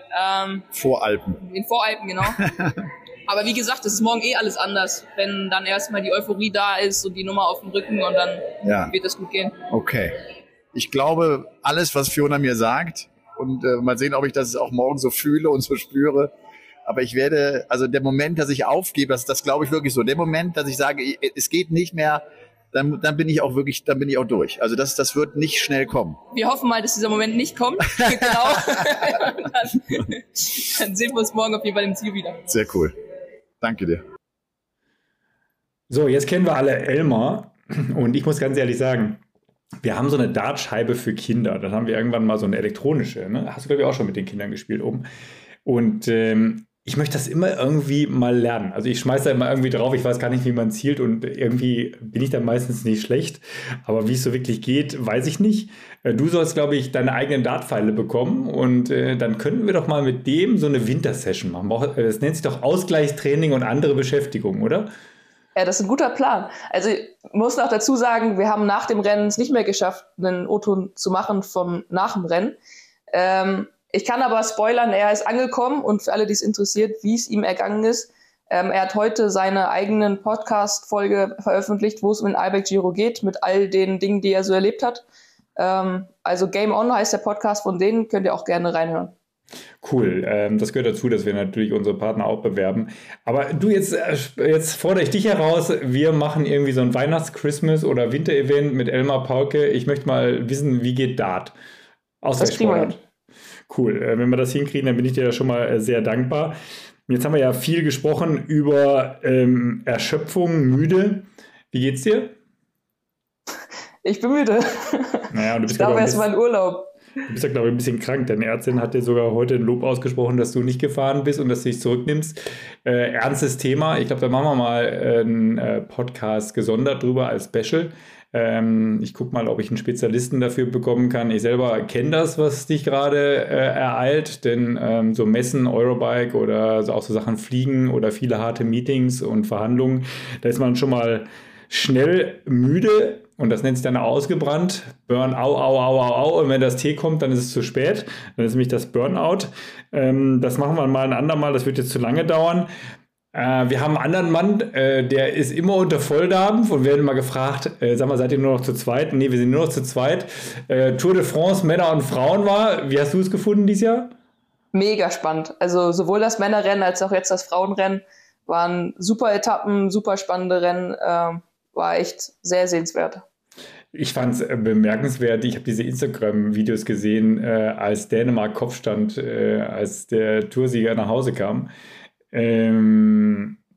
Voralpen. In Voralpen, genau. Aber wie gesagt, es ist morgen alles anders, wenn dann erstmal die Euphorie da ist und die Nummer auf dem Rücken und dann wird es gut gehen. Okay. Ich glaube, alles, was Fiona mir sagt, und mal sehen, ob ich das auch morgen so fühle und so spüre. Aber also der Moment, dass ich aufgebe, das glaube ich wirklich so. Der Moment, dass ich sage, es geht nicht mehr, dann bin ich auch durch. Also das wird nicht schnell kommen. Wir hoffen mal, dass dieser Moment nicht kommt. Genau. Dann sehen wir uns morgen auf jeden Fall im Ziel wieder. Sehr cool. Danke dir. So, jetzt kennen wir alle Elmar. Und ich muss ganz ehrlich sagen, wir haben so eine Dartscheibe für Kinder. Dann haben wir irgendwann mal so eine elektronische. Ne? Hast du, glaube ich, auch schon mit den Kindern gespielt oben. Und ich möchte das immer irgendwie mal lernen. Also ich schmeiße da immer irgendwie drauf, ich weiß gar nicht, wie man zielt und irgendwie bin ich da meistens nicht schlecht. Aber wie es so wirklich geht, weiß ich nicht. Du sollst, glaube ich, deine eigenen Dartpfeile bekommen und dann könnten wir doch mal mit dem so eine Wintersession machen. Das nennt sich doch Ausgleichstraining und andere Beschäftigung, oder? Ja, das ist ein guter Plan. Also ich muss noch dazu sagen, wir haben nach dem Rennen es nicht mehr geschafft, einen O-Ton zu machen nach dem Rennen. Ich kann aber spoilern, er ist angekommen und für alle, die es interessiert, wie es ihm ergangen ist. Er hat heute seine eigenen Podcast-Folge veröffentlicht, wo es um den Albeck Giro geht, mit all den Dingen, die er so erlebt hat. Also Game On heißt der Podcast von denen, könnt ihr auch gerne reinhören. Cool, das gehört dazu, dass wir natürlich unsere Partner auch bewerben. Aber du, jetzt fordere ich dich heraus, wir machen irgendwie so ein Weihnachts-, oder Winter-Event mit Elmar Paulke. Ich möchte mal wissen, wie geht Dart? Das kriegen wir hin. Cool, wenn wir das hinkriegen, dann bin ich dir schon mal sehr dankbar. Jetzt haben wir ja viel gesprochen über Erschöpfung, müde. Wie geht's dir? Ich bin müde. Naja, und du bist ich glaube erstmal in Urlaub. Du bist ja, glaube ich, ein bisschen krank. Deine Ärztin hat dir sogar heute ein Lob ausgesprochen, dass du nicht gefahren bist und dass du dich zurücknimmst. Ernstes Thema. Ich glaube, da machen wir mal einen Podcast gesondert drüber als Special. Ich gucke mal, ob ich einen Spezialisten dafür bekommen kann. Ich selber kenne das, was dich gerade ereilt, denn so Messen, Eurobike oder auch so Sachen Fliegen oder viele harte Meetings und Verhandlungen, da ist man schon mal schnell müde und das nennt sich dann ausgebrannt. Burnout, und wenn das T kommt, dann ist es zu spät. Dann ist nämlich das Burnout. Das machen wir mal ein andermal, das wird jetzt zu lange dauern. Wir haben einen anderen Mann, der ist immer unter Volldampf und werden immer gefragt, sag mal, seid ihr nur noch zu zweit? Nee, wir sind nur noch zu zweit. Tour de France, Männer und Frauen war. Wie hast du es gefunden dieses Jahr? Mega spannend. Also sowohl das Männerrennen als auch jetzt das Frauenrennen waren super Etappen, super spannende Rennen. War echt sehr sehenswert. Ich fand es bemerkenswert. Ich habe diese Instagram-Videos gesehen, als Dänemark Kopf stand, als der Toursieger nach Hause kam.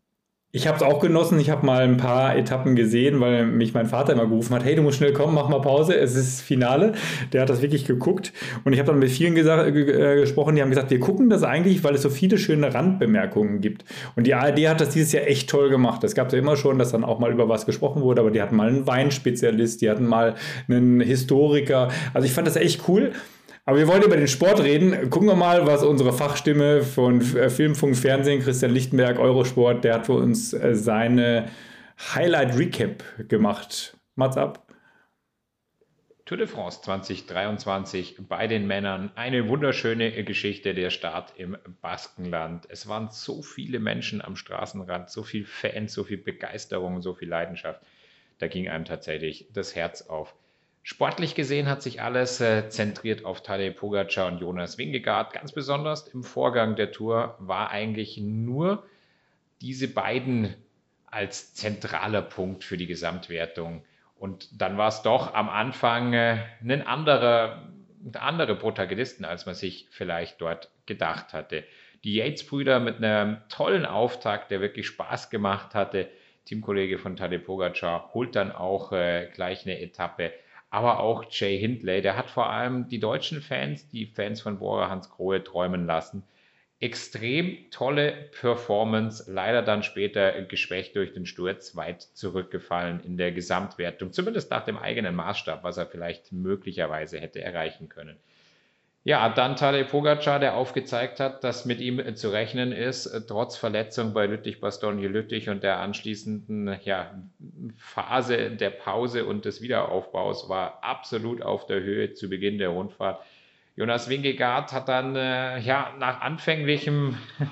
Ich habe es auch genossen. Ich habe mal ein paar Etappen gesehen, weil mich mein Vater immer gerufen hat, hey, du musst schnell kommen, mach mal Pause, es ist Finale. Der hat das wirklich geguckt. Und ich habe dann mit vielen gesprochen, die haben gesagt, wir gucken das eigentlich, weil es so viele schöne Randbemerkungen gibt. Und die ARD hat das dieses Jahr echt toll gemacht. Es gab ja immer schon, dass dann auch mal über was gesprochen wurde, aber die hatten mal einen Weinspezialist, die hatten mal einen Historiker. Also ich fand das echt cool. Aber wir wollen über den Sport reden. Gucken wir mal, was unsere Fachstimme von Film, Funk, Fernsehen, Christian Lichtenberg, Eurosport, der hat für uns seine Highlight-Recap gemacht. Mats ab. Tour de France 2023 bei den Männern. Eine wunderschöne Geschichte, der Start im Baskenland. Es waren so viele Menschen am Straßenrand, so viele Fans, so viel Begeisterung, so viel Leidenschaft. Da ging einem tatsächlich das Herz auf. Sportlich gesehen hat sich alles zentriert auf Tadej Pogačar und Jonas Vingegaard. Ganz besonders im Vorgang der Tour war eigentlich nur diese beiden als zentraler Punkt für die Gesamtwertung. Und dann war es doch am Anfang andere Protagonisten, als man sich vielleicht dort gedacht hatte. Die Yates-Brüder mit einem tollen Auftakt, der wirklich Spaß gemacht hatte. Teamkollege von Tadej Pogačar holt dann auch gleich eine Etappe. Aber auch Jay Hindley, der hat vor allem die deutschen Fans, die Fans von Bora Hansgrohe träumen lassen. Extrem tolle Performance, leider dann später geschwächt durch den Sturz, weit zurückgefallen in der Gesamtwertung, zumindest nach dem eigenen Maßstab, was er vielleicht möglicherweise hätte erreichen können. Ja, dann Tadej Pogačar, der aufgezeigt hat, dass mit ihm zu rechnen ist, trotz Verletzung bei Lüttich-Bastogne-Lüttich und der anschließenden Phase der Pause und des Wiederaufbaus war absolut auf der Höhe zu Beginn der Rundfahrt. Jonas Vingegaard hat dann nach anfänglichen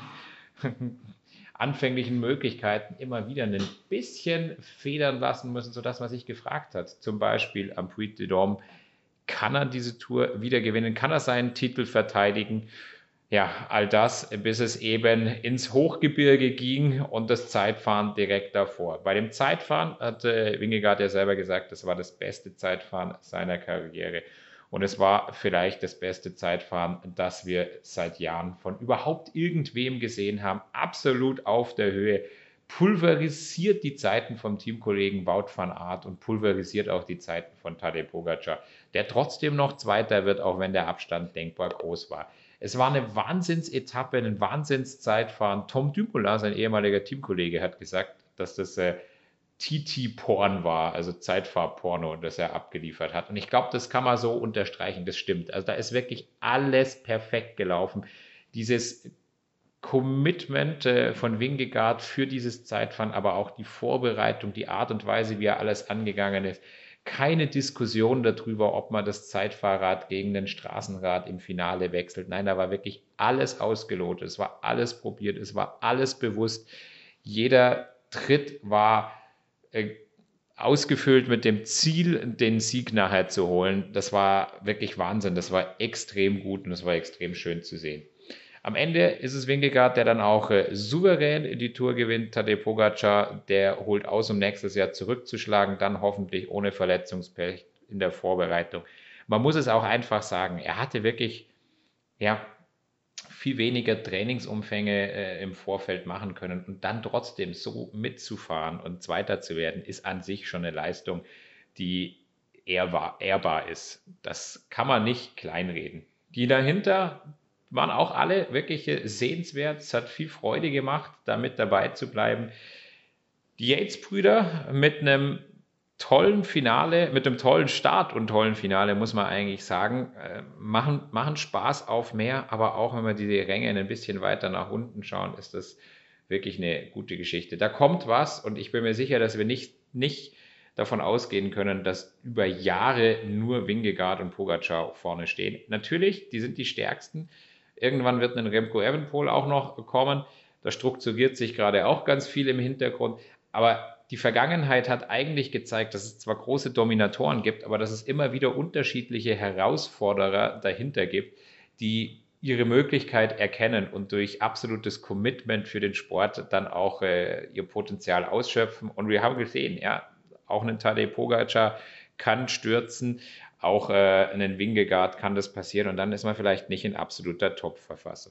Möglichkeiten immer wieder ein bisschen federn lassen müssen, sodass man sich gefragt hat, zum Beispiel am Puig de Dôme, kann er diese Tour wieder gewinnen? Kann er seinen Titel verteidigen? Ja, all das, bis es eben ins Hochgebirge ging und das Zeitfahren direkt davor. Bei dem Zeitfahren hat Vingegaard ja selber gesagt, das war das beste Zeitfahren seiner Karriere. Und es war vielleicht das beste Zeitfahren, das wir seit Jahren von überhaupt irgendwem gesehen haben. Absolut auf der Höhe. Pulverisiert die Zeiten vom Teamkollegen Wout van Aert und pulverisiert auch die Zeiten von Tadej Pogačar, der trotzdem noch Zweiter wird, auch wenn der Abstand denkbar groß war. Es war eine Wahnsinnsetappe, ein Wahnsinnszeitfahren. Tom Dumoulin, sein ehemaliger Teamkollege, hat gesagt, dass das TT-Porn war, also Zeitfahrporno, das er abgeliefert hat. Und ich glaube, das kann man so unterstreichen, das stimmt. Also da ist wirklich alles perfekt gelaufen. Dieses Commitment von Vingegaard für dieses Zeitfahren, aber auch die Vorbereitung, die Art und Weise, wie er alles angegangen ist. Keine Diskussion darüber, ob man das Zeitfahrrad gegen den Straßenrad im Finale wechselt. Nein, da war wirklich alles ausgelotet, es war alles probiert, es war alles bewusst. Jeder Tritt war ausgefüllt mit dem Ziel, den Sieg nachher zu holen. Das war wirklich Wahnsinn, das war extrem gut und das war extrem schön zu sehen. Am Ende ist es Vingegaard, der dann auch souverän in die Tour gewinnt. Tadej Pogačar, der holt aus, um nächstes Jahr zurückzuschlagen, dann hoffentlich ohne Verletzungspech in der Vorbereitung. Man muss es auch einfach sagen, er hatte wirklich viel weniger Trainingsumfänge im Vorfeld machen können und dann trotzdem so mitzufahren und Zweiter zu werden, ist an sich schon eine Leistung, die ehrbar ist. Das kann man nicht kleinreden. Die dahinter waren auch alle wirklich sehenswert. Es hat viel Freude gemacht, da mit dabei zu bleiben. Die Yates-Brüder mit einem tollen Finale, mit einem tollen Start und tollen Finale, muss man eigentlich sagen, machen Spaß auf mehr, aber auch wenn wir diese Ränge ein bisschen weiter nach unten schauen, ist das wirklich eine gute Geschichte. Da kommt was und ich bin mir sicher, dass wir nicht davon ausgehen können, dass über Jahre nur Vingegaard und Pogačar vorne stehen. Natürlich, die sind die stärksten. Irgendwann wird ein Remco Evenepoel auch noch kommen. Da strukturiert sich gerade auch ganz viel im Hintergrund. Aber die Vergangenheit hat eigentlich gezeigt, dass es zwar große Dominatoren gibt, aber dass es immer wieder unterschiedliche Herausforderer dahinter gibt, die ihre Möglichkeit erkennen und durch absolutes Commitment für den Sport dann auch ihr Potenzial ausschöpfen. Und wir haben gesehen, auch ein Tadej Pogačar kann stürzen, auch einen Vingegaard kann das passieren und dann ist man vielleicht nicht in absoluter Top-Verfassung.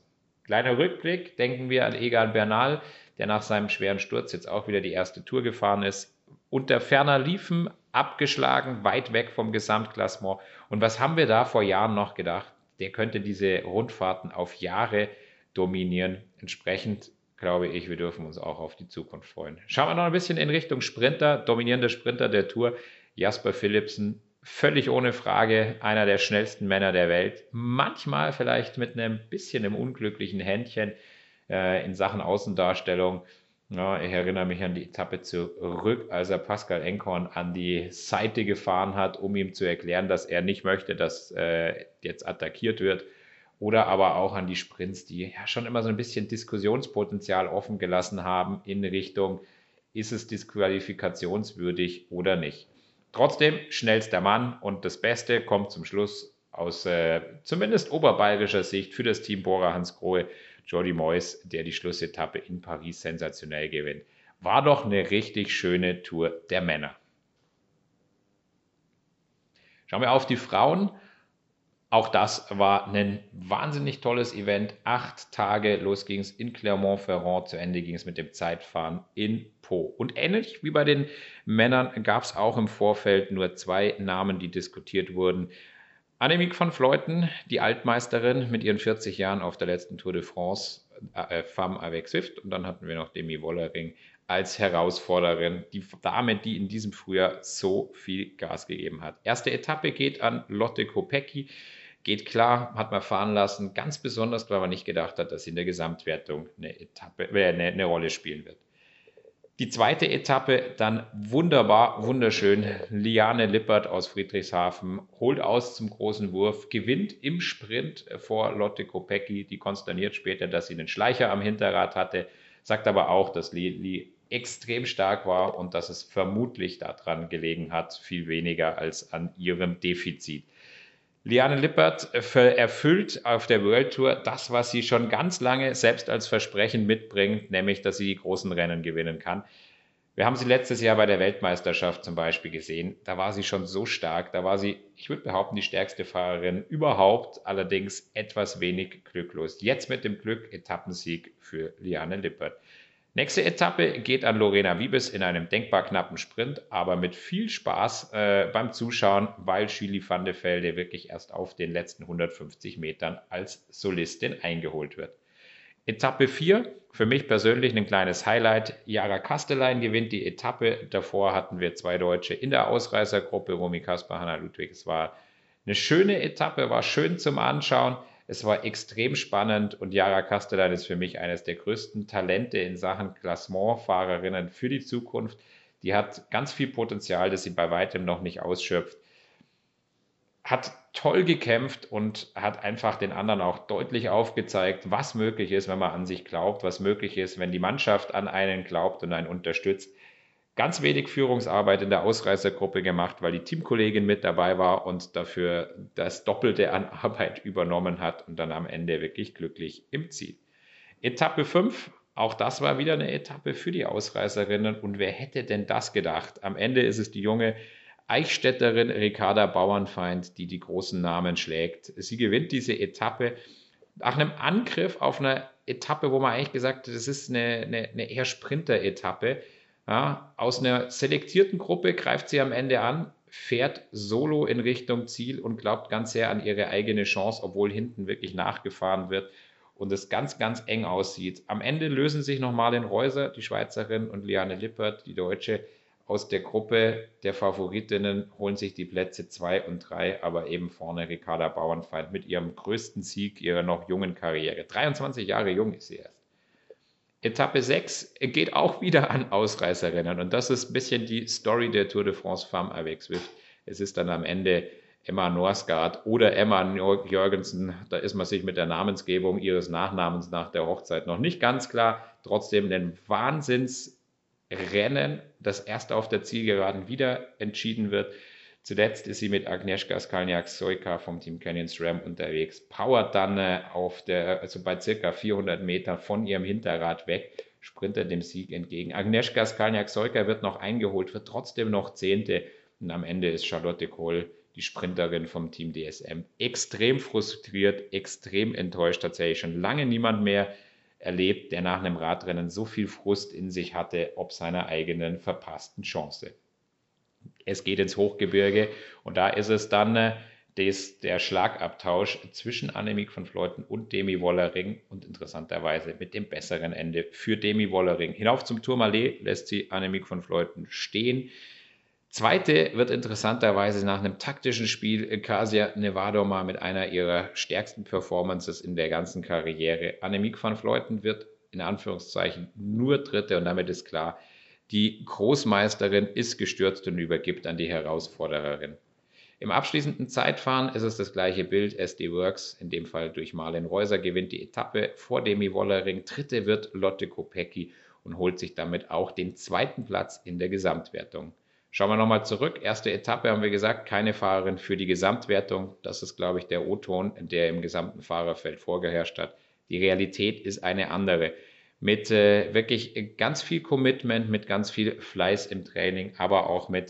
Kleiner Rückblick, denken wir an Egan Bernal, der nach seinem schweren Sturz jetzt auch wieder die erste Tour gefahren ist. Unter ferner Liefen, abgeschlagen, weit weg vom Gesamtklassement. Und was haben wir da vor Jahren noch gedacht? Der könnte diese Rundfahrten auf Jahre dominieren. Entsprechend glaube ich, wir dürfen uns auch auf die Zukunft freuen. Schauen wir noch ein bisschen in Richtung Sprinter, dominierender Sprinter der Tour, Jasper Philipsen, völlig ohne Frage einer der schnellsten Männer der Welt. Manchmal vielleicht mit einem bisschen im unglücklichen Händchen in Sachen Außendarstellung. Ja, ich erinnere mich an die Etappe zurück, als er Pascal Enkhorn an die Seite gefahren hat, um ihm zu erklären, dass er nicht möchte, dass jetzt attackiert wird. Oder aber auch an die Sprints, die ja schon immer so ein bisschen Diskussionspotenzial offen gelassen haben in Richtung, ist es disqualifikationswürdig oder nicht. Trotzdem schnellster Mann und das Beste kommt zum Schluss aus zumindest oberbayerischer Sicht für das Team Bora-Hansgrohe, Jordi Meus, der die Schlussetappe in Paris sensationell gewinnt. War doch eine richtig schöne Tour der Männer. Schauen wir auf die Frauen. Auch das war ein wahnsinnig tolles Event. 8 Tage, los ging es in Clermont-Ferrand, zu Ende ging es mit dem Zeitfahren in Po. Und ähnlich wie bei den Männern gab es auch im Vorfeld nur 2 Namen, die diskutiert wurden. Annemiek van Vleuten, die Altmeisterin mit ihren 40 Jahren auf der letzten Tour de France, Femme avec Swift. Und dann hatten wir noch Demi Wollering als Herausforderin, die Dame, die in diesem Frühjahr so viel Gas gegeben hat. Erste Etappe geht an Lotte Kopecky. Geht klar, hat man fahren lassen, ganz besonders, weil man nicht gedacht hat, dass sie in der Gesamtwertung eine Rolle spielen wird. Die zweite Etappe dann wunderbar, wunderschön. Liane Lippert aus Friedrichshafen holt aus zum großen Wurf, gewinnt im Sprint vor Lotte Kopecky, die konsterniert später, dass sie einen Schleicher am Hinterrad hatte, sagt aber auch, dass Li extrem stark war und dass es vermutlich daran gelegen hat, viel weniger als an ihrem Defizit. Liane Lippert erfüllt auf der World Tour das, was sie schon ganz lange selbst als Versprechen mitbringt, nämlich, dass sie die großen Rennen gewinnen kann. Wir haben sie letztes Jahr bei der Weltmeisterschaft zum Beispiel gesehen. Da war sie schon so stark. Da war sie, ich würde behaupten, die stärkste Fahrerin überhaupt, allerdings etwas wenig glücklos. Jetzt mit dem Glück Etappensieg für Liane Lippert. Nächste Etappe geht an Lorena Wiebes in einem denkbar knappen Sprint, aber mit viel Spaß beim Zuschauen, weil Julie van de Velde wirklich erst auf den letzten 150 Metern als Solistin eingeholt wird. Etappe 4, für mich persönlich ein kleines Highlight. Jara Kastelein gewinnt die Etappe. Davor hatten wir 2 Deutsche in der Ausreißergruppe, Romy Kasper, Hanna Ludwig. Es war eine schöne Etappe, war schön zum Anschauen. Es war extrem spannend und Jara Kastelein ist für mich eines der größten Talente in Sachen Klassementfahrerinnen für die Zukunft. Die hat ganz viel Potenzial, das sie bei weitem noch nicht ausschöpft. Hat toll gekämpft und hat einfach den anderen auch deutlich aufgezeigt, was möglich ist, wenn man an sich glaubt, was möglich ist, wenn die Mannschaft an einen glaubt und einen unterstützt. Ganz wenig Führungsarbeit in der Ausreißergruppe gemacht, weil die Teamkollegin mit dabei war und dafür das Doppelte an Arbeit übernommen hat und dann am Ende wirklich glücklich im Ziel. Etappe 5, auch das war wieder eine Etappe für die Ausreißerinnen und wer hätte denn das gedacht? Am Ende ist es die junge Eichstätterin Ricarda Bauernfeind, die die großen Namen schlägt. Sie gewinnt diese Etappe nach einem Angriff auf eine Etappe, wo man eigentlich gesagt hat, das ist eine eher Sprinter-Etappe. Ja, aus einer selektierten Gruppe greift sie am Ende an, fährt solo in Richtung Ziel und glaubt ganz sehr an ihre eigene Chance, obwohl hinten wirklich nachgefahren wird und es ganz, ganz eng aussieht. Am Ende lösen sich noch Marlen Reuser, die Schweizerin, und Liane Lippert, die Deutsche, aus der Gruppe der Favoritinnen, holen sich die Plätze 2 und 3, aber eben vorne Ricarda Bauernfeind mit ihrem größten Sieg ihrer noch jungen Karriere. 23 Jahre jung ist sie erst. Etappe 6 geht auch wieder an Ausreißerinnen und das ist ein bisschen die Story der Tour de France Femme avec Swift. Es ist dann am Ende Emma Norsgaard oder Emma Jørgensen. Da ist man sich mit der Namensgebung ihres Nachnamens nach der Hochzeit noch nicht ganz klar. Trotzdem ein Wahnsinnsrennen, das erst auf der Zielgeraden wieder entschieden wird. Zuletzt ist sie mit Agnieszka Skalniak-Sojka vom Team Canyon SRAM unterwegs, powert dann bei circa 400 Metern von ihrem Hinterrad weg, sprintet dem Sieg entgegen. Agnieszka Skalniak-Sojka wird noch eingeholt, wird trotzdem noch 10. Und am Ende ist Charlotte Kohl die Sprinterin vom Team DSM. Extrem frustriert, extrem enttäuscht, tatsächlich schon lange niemand mehr erlebt, der nach einem Radrennen so viel Frust in sich hatte, ob seiner eigenen verpassten Chance. Es geht ins Hochgebirge und da ist es dann der Schlagabtausch zwischen Annemiek van Vleuten und Demi Wollering und interessanterweise mit dem besseren Ende für Demi Wollering. Hinauf zum Tourmalet lässt sie Annemiek van Vleuten stehen. Zweite wird interessanterweise nach einem taktischen Spiel Kasia Nevadoma mit einer ihrer stärksten Performances in der ganzen Karriere. Annemiek van Vleuten wird in Anführungszeichen nur Dritte und damit ist klar, die Großmeisterin ist gestürzt und übergibt an die Herausfordererin. Im abschließenden Zeitfahren ist es das gleiche Bild. SD Worx, in dem Fall durch Marlen Reuser, gewinnt die Etappe vor Demi Wollering. Dritte wird Lotte Kopecky und holt sich damit auch den zweiten Platz in der Gesamtwertung. Schauen wir nochmal zurück. Erste Etappe haben wir gesagt, keine Fahrerin für die Gesamtwertung. Das ist, glaube ich, der O-Ton, der im gesamten Fahrerfeld vorgeherrscht hat. Die Realität ist eine andere. Mit wirklich ganz viel Commitment, mit ganz viel Fleiß im Training, aber auch mit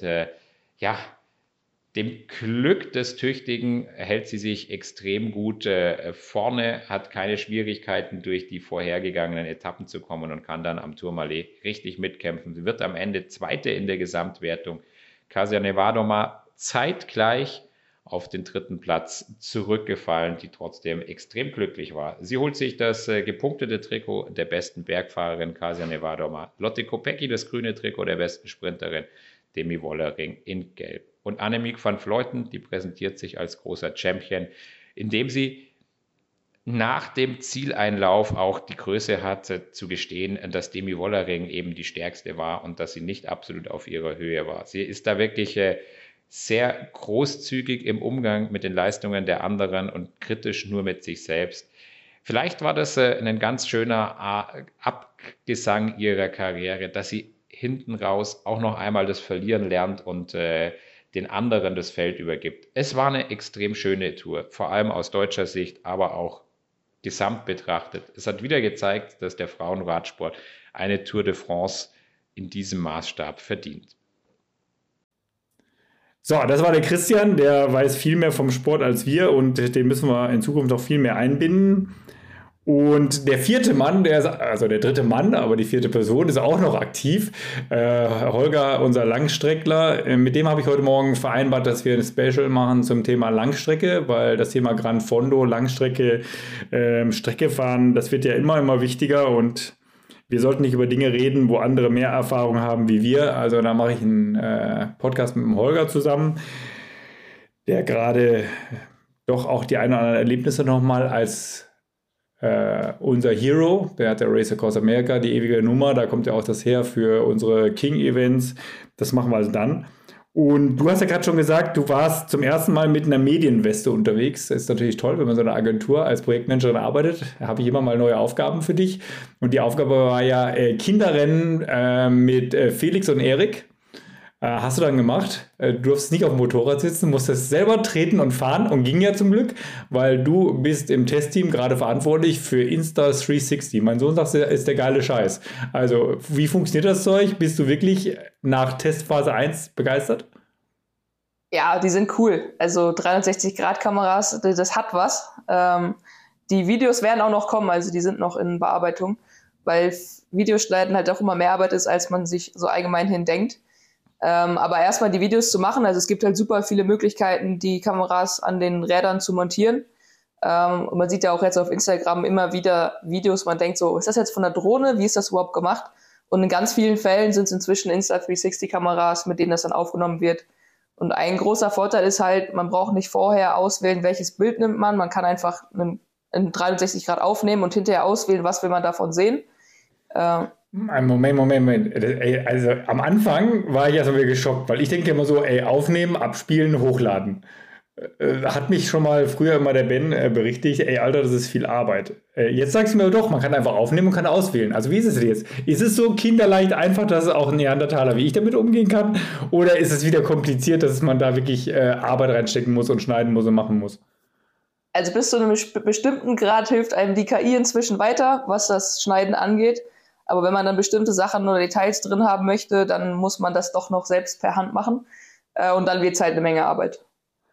dem Glück des Tüchtigen hält sie sich extrem gut vorne, hat keine Schwierigkeiten durch die vorhergegangenen Etappen zu kommen und kann dann am Tourmalet richtig mitkämpfen. Sie wird am Ende Zweite in der Gesamtwertung. Kasia Nevadoma zeitgleich auf den dritten Platz zurückgefallen, die trotzdem extrem glücklich war. Sie holt sich das gepunktete Trikot der besten Bergfahrerin Kasia Nevadoma. Lotte Kopecky das grüne Trikot der besten Sprinterin Demi Wollering in Gelb. Und Annemiek van Vleuten, die präsentiert sich als großer Champion, indem sie nach dem Zieleinlauf auch die Größe hatte, zu gestehen, dass Demi Wollering eben die stärkste war und dass sie nicht absolut auf ihrer Höhe war. Sie ist da wirklich sehr großzügig im Umgang mit den Leistungen der anderen und kritisch nur mit sich selbst. Vielleicht war das ein ganz schöner Abgesang ihrer Karriere, dass sie hinten raus auch noch einmal das Verlieren lernt und den anderen das Feld übergibt. Es war eine extrem schöne Tour, vor allem aus deutscher Sicht, aber auch gesamt betrachtet. Es hat wieder gezeigt, dass der Frauenradsport eine Tour de France in diesem Maßstab verdient. So, das war der Christian, der weiß viel mehr vom Sport als wir und den müssen wir in Zukunft noch viel mehr einbinden. Und der vierte Mann, also der dritte Mann, aber die vierte Person ist auch noch aktiv. Holger, unser Langstreckler, mit dem habe ich heute Morgen vereinbart, dass wir ein Special machen zum Thema Langstrecke, weil das Thema Gran Fondo, Langstrecke, Strecke fahren, das wird ja immer wichtiger und wir sollten nicht über Dinge reden, wo andere mehr Erfahrung haben wie wir. Also da mache ich einen Podcast mit dem Holger zusammen, der gerade doch auch die ein oder anderen Erlebnisse nochmal als unser Hero, der hat der Race Across America, die ewige Nummer, da kommt ja auch das her für unsere King-Events. Das machen wir also dann. Und du hast ja gerade schon gesagt, du warst zum ersten Mal mit einer Medienweste unterwegs. Das ist natürlich toll, wenn man so eine Agentur als Projektmanagerin arbeitet. Da habe ich immer mal neue Aufgaben für dich. Und die Aufgabe war ja Kinderrennen mit Felix und Erik. Hast du dann gemacht. Du durfst nicht auf dem Motorrad sitzen, musstest selber treten und fahren und ging ja zum Glück, weil du bist im Testteam gerade verantwortlich für Insta360. Mein Sohn sagt, ist der geile Scheiß. Also, wie funktioniert das Zeug? Bist du wirklich nach Testphase 1 begeistert? Ja, die sind cool. Also 360-Grad-Kameras, das hat was. Die Videos werden auch noch kommen, also die sind noch in Bearbeitung, weil Videoschneiden halt auch immer mehr Arbeit ist, als man sich so allgemein hin denkt. Aber erstmal die Videos zu machen, also es gibt halt super viele Möglichkeiten, die Kameras an den Rädern zu montieren. Und man sieht ja auch jetzt auf Instagram immer wieder Videos, man denkt so, ist das jetzt von der Drohne? Wie ist das überhaupt gemacht? Und in ganz vielen Fällen sind es inzwischen Insta360-Kameras, mit denen das dann aufgenommen wird. Und ein großer Vorteil ist halt, man braucht nicht vorher auswählen, welches Bild nimmt man. Man kann einfach einen 360 Grad aufnehmen und hinterher auswählen, was will man davon sehen. Moment. Also am Anfang war ich erstmal wieder geschockt, weil ich denke immer so, aufnehmen, abspielen, hochladen. Hat mich schon mal früher immer der Ben berichtigt, Alter, das ist viel Arbeit. Jetzt sagst du mir doch, man kann einfach aufnehmen und kann auswählen. Also wie ist es jetzt? Ist es so kinderleicht einfach, dass auch ein Neandertaler wie ich damit umgehen kann? Oder ist es wieder kompliziert, dass man da wirklich Arbeit reinstecken muss und schneiden muss und machen muss? Also bis zu einem bestimmten Grad hilft einem die KI inzwischen weiter, was das Schneiden angeht. Aber wenn man dann bestimmte Sachen oder Details drin haben möchte, dann muss man das doch noch selbst per Hand machen. Und dann wird es halt eine Menge Arbeit.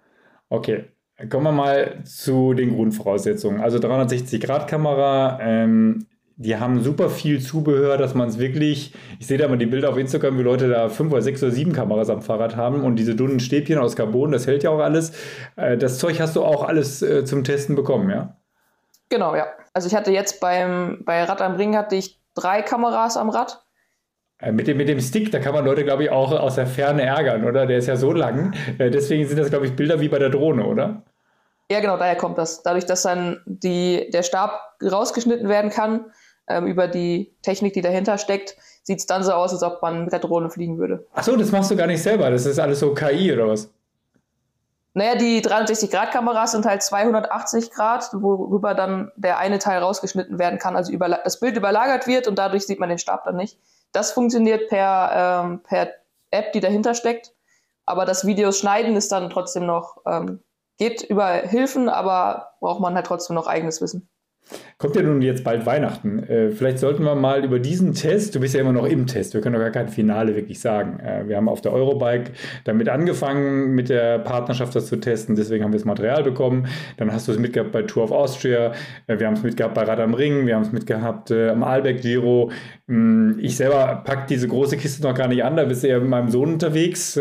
Okay, kommen wir mal zu den Grundvoraussetzungen. Also 360-Grad-Kamera, die haben super viel Zubehör, dass man es wirklich, ich sehe da mal die Bilder auf Instagram, wie Leute da 5 oder 6 oder 7 Kameras am Fahrrad haben und diese dünnen Stäbchen aus Carbon, das hält ja auch alles. Das Zeug hast du auch alles zum Testen bekommen, ja? Genau, ja. Also ich hatte jetzt bei Rad am Ring hatte ich 3 Kameras am Rad. Mit dem Stick, da kann man Leute, glaube ich, auch aus der Ferne ärgern, oder? Der ist ja so lang. Deswegen sind das, glaube ich, Bilder wie bei der Drohne, oder? Ja, genau, daher kommt das. Dadurch, dass dann der Stab rausgeschnitten werden kann, über die Technik, die dahinter steckt, sieht es dann so aus, als ob man mit der Drohne fliegen würde. Achso, das machst du gar nicht selber. Das ist alles so KI, oder was? Naja, die 360-Grad-Kameras sind halt 280 Grad, worüber dann der eine Teil rausgeschnitten werden kann, also das Bild überlagert wird und dadurch sieht man den Stab dann nicht. Das funktioniert per App, die dahinter steckt, aber das Videos schneiden ist dann trotzdem noch, geht über Hilfen, aber braucht man halt trotzdem noch eigenes Wissen. Kommt ja nun jetzt bald Weihnachten. Vielleicht sollten wir mal über diesen Test, du bist ja immer noch im Test, wir können doch gar kein Finale wirklich sagen. Wir haben auf der Eurobike damit angefangen, mit der Partnerschaft das zu testen, deswegen haben wir das Material bekommen. Dann hast du es mitgehabt bei Tour of Austria, wir haben es mitgehabt bei Rad am Ring, wir haben es mitgehabt am Arlberg Giro. Ich selber packe diese große Kiste noch gar nicht an, da bist du ja mit meinem Sohn unterwegs.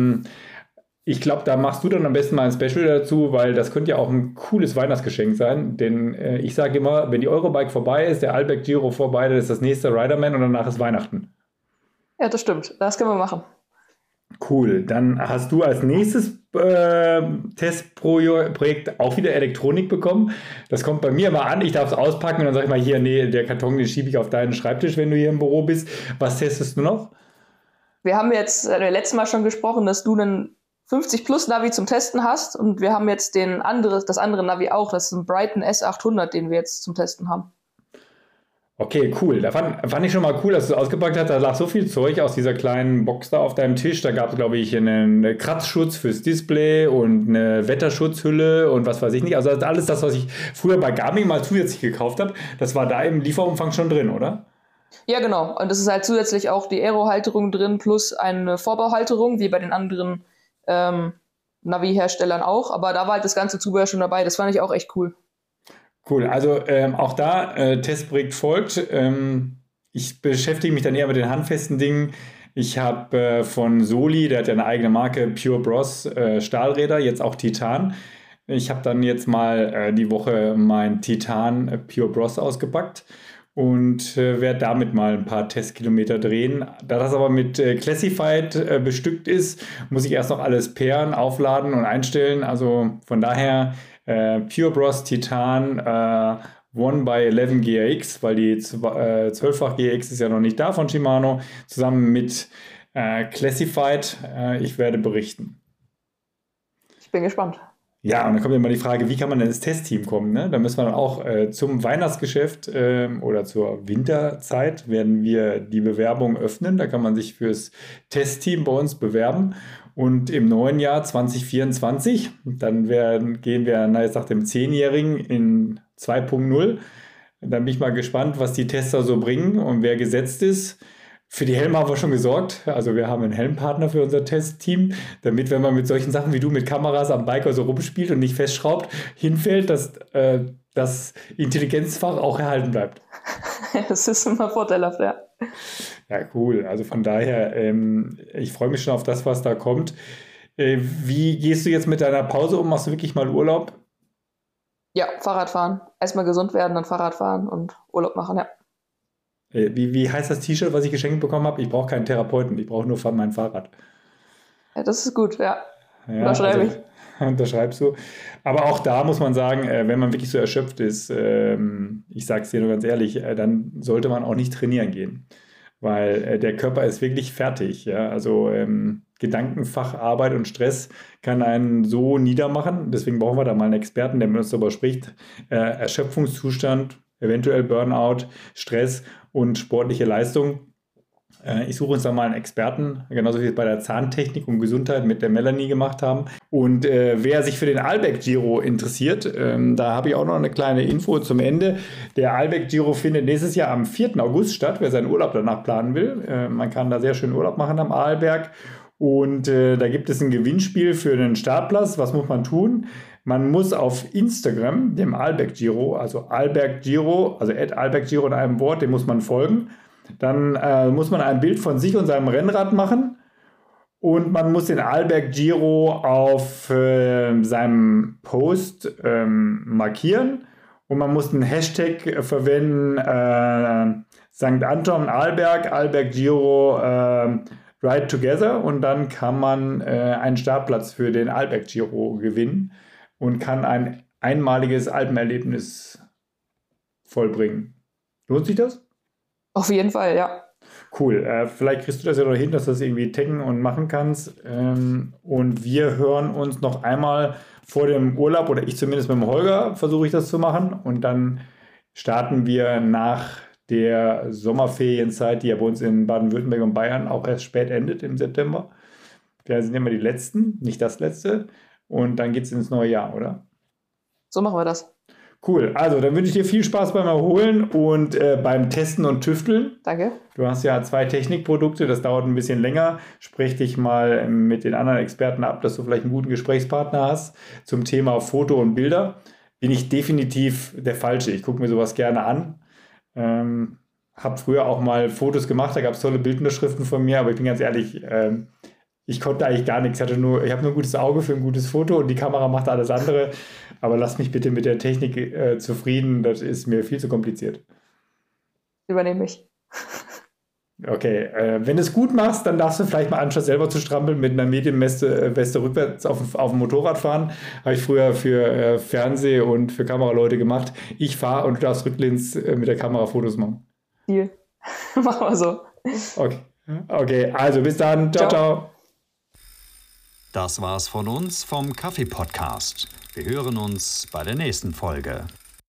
Ich glaube, da machst du dann am besten mal ein Special dazu, weil das könnte ja auch ein cooles Weihnachtsgeschenk sein. Denn ich sage immer, wenn die Eurobike vorbei ist, der Arlberg Giro vorbei, dann ist das nächste Riderman und danach ist Weihnachten. Ja, das stimmt. Das können wir machen. Cool. Dann hast du als nächstes Testprojekt auch wieder Elektronik bekommen. Das kommt bei mir mal an. Ich darf es auspacken und dann sage ich mal hier, nee, der Karton, den schiebe ich auf deinen Schreibtisch, wenn du hier im Büro bist. Was testest du noch? Wir haben jetzt letztes Mal schon gesprochen, dass du einen 50 Plus Navi zum Testen hast und wir haben jetzt das andere Navi auch, das ist ein Brighton S800, den wir jetzt zum Testen haben. Okay, cool. Da fand ich schon mal cool, dass du es ausgepackt hast. Da lag so viel Zeug aus dieser kleinen Box da auf deinem Tisch. Da gab es, glaube ich, einen Kratzschutz fürs Display und eine Wetterschutzhülle und was weiß ich nicht. Also alles das, was ich früher bei Garmin mal zusätzlich gekauft habe, das war da im Lieferumfang schon drin, oder? Ja, genau. Und es ist halt zusätzlich auch die Aero-Halterung drin plus eine Vorbauhalterung, wie bei den anderen Navi-Herstellern auch, aber da war halt das ganze Zubehör schon dabei. Das fand ich auch echt cool. Cool, also auch da Testprojekt folgt. Ich beschäftige mich dann eher mit den handfesten Dingen. Ich habe von Soli, der hat ja eine eigene Marke, Pure Bros Stahlräder, jetzt auch Titan. Ich habe dann jetzt mal die Woche mein Titan Pure Bros ausgepackt und werde damit mal ein paar Testkilometer drehen. Da das aber mit Classified bestückt ist, muss ich erst noch alles pairen, aufladen und einstellen. Also von daher Pure Bros Titan 1x11 GRX, weil die 12-fach GRX ist ja noch nicht da von Shimano, zusammen mit Classified. Ich werde berichten. Ich bin gespannt. Ja, und dann kommt immer die Frage, wie kann man denn ins Testteam kommen? Ne? Da müssen wir dann auch zum Weihnachtsgeschäft oder zur Winterzeit werden wir die Bewerbung öffnen. Da kann man sich fürs Testteam bei uns bewerben. Und im neuen Jahr 2024, dann gehen wir jetzt nach dem 10-Jährigen in 2.0. Dann bin ich mal gespannt, was die Tester so bringen und wer gesetzt ist. Für die Helme haben wir schon gesorgt. Also wir haben einen Helmpartner für unser Testteam, damit, wenn man mit solchen Sachen wie du mit Kameras am Biker so rumspielt und nicht festschraubt, hinfällt, dass das Intelligenzfach auch erhalten bleibt. Das ist immer vorteilhaft, ja. Ja, cool. Also von daher, ich freue mich schon auf das, was da kommt. Wie gehst du jetzt mit deiner Pause um? Machst du wirklich mal Urlaub? Ja, Fahrradfahren. Erstmal gesund werden, dann Fahrradfahren und Urlaub machen, ja. Wie heißt das T-Shirt, was ich geschenkt bekommen habe? Ich brauche keinen Therapeuten, ich brauche nur mein Fahrrad. Ja, das ist gut, ja. Unterschreibe ich. Unterschreibst du. Aber auch da muss man sagen, wenn man wirklich so erschöpft ist, ich sage es dir nur ganz ehrlich, dann sollte man auch nicht trainieren gehen. Weil der Körper ist wirklich fertig. Ja? Also Gedankenfacharbeit und Stress kann einen so niedermachen. Deswegen brauchen wir da mal einen Experten, der mit uns darüber spricht. Erschöpfungszustand, eventuell Burnout, Stress und sportliche Leistung. Ich suche uns da mal einen Experten, genauso wie wir es bei der Zahntechnik und Gesundheit mit der Melanie gemacht haben. Und wer sich für den Arlberg Giro interessiert, da habe ich auch noch eine kleine Info zum Ende. Der Arlberg Giro findet nächstes Jahr am 4. August statt, wer seinen Urlaub danach planen will. Man kann da sehr schön Urlaub machen am Arlberg. Und da gibt es ein Gewinnspiel für den Startplatz. Was muss man tun? Man muss auf Instagram, dem Arlberg Giro, also Arlberg Giro, also @Arlberg Giro in einem Wort, dem muss man folgen. Dann muss man ein Bild von sich und seinem Rennrad machen. Und man muss den Arlberg Giro auf seinem Post markieren. Und man muss einen Hashtag verwenden, St. Anton Arlberg, Arlberg Giro Ride Together. Und dann kann man einen Startplatz für den Arlberg Giro gewinnen und kann ein einmaliges Alpenerlebnis vollbringen. Lohnt sich das? Auf jeden Fall, ja. Cool. Vielleicht kriegst du das ja noch hin, dass du das irgendwie taggen und machen kannst. Und wir hören uns noch einmal vor dem Urlaub, oder ich zumindest mit dem Holger versuche ich das zu machen. Und dann starten wir nach der Sommerferienzeit, die ja bei uns in Baden-Württemberg und Bayern auch erst spät endet im September. Wir sind immer die Letzten, nicht das Letzte. Und dann geht es ins neue Jahr, oder? So machen wir das. Cool. Also, dann wünsche ich dir viel Spaß beim Erholen und beim Testen und Tüfteln. Danke. Du hast ja 2 Technikprodukte, das dauert ein bisschen länger. Sprech dich mal mit den anderen Experten ab, dass du vielleicht einen guten Gesprächspartner hast zum Thema Foto und Bilder. Bin ich definitiv der Falsche. Ich gucke mir sowas gerne an. Habe früher auch mal Fotos gemacht, da gab es tolle Bildunterschriften von mir, aber ich bin ganz ehrlich, ich konnte eigentlich gar nichts. Ich habe nur ein gutes Auge für ein gutes Foto und die Kamera macht alles andere. Aber lass mich bitte mit der Technik zufrieden, das ist mir viel zu kompliziert. Übernehme ich. Okay, wenn du es gut machst, dann darfst du vielleicht mal anstatt selber zu strampeln mit einer Medienweste rückwärts auf dem Motorrad fahren. Habe ich früher für Fernseh- und für Kameraleute gemacht. Ich fahre und du darfst rücklings mit der Kamera Fotos machen. Deal. Machen wir so. Okay, also bis dann. Ciao, ciao. Das war's von uns vom Kaffee-Podcast. Wir hören uns bei der nächsten Folge.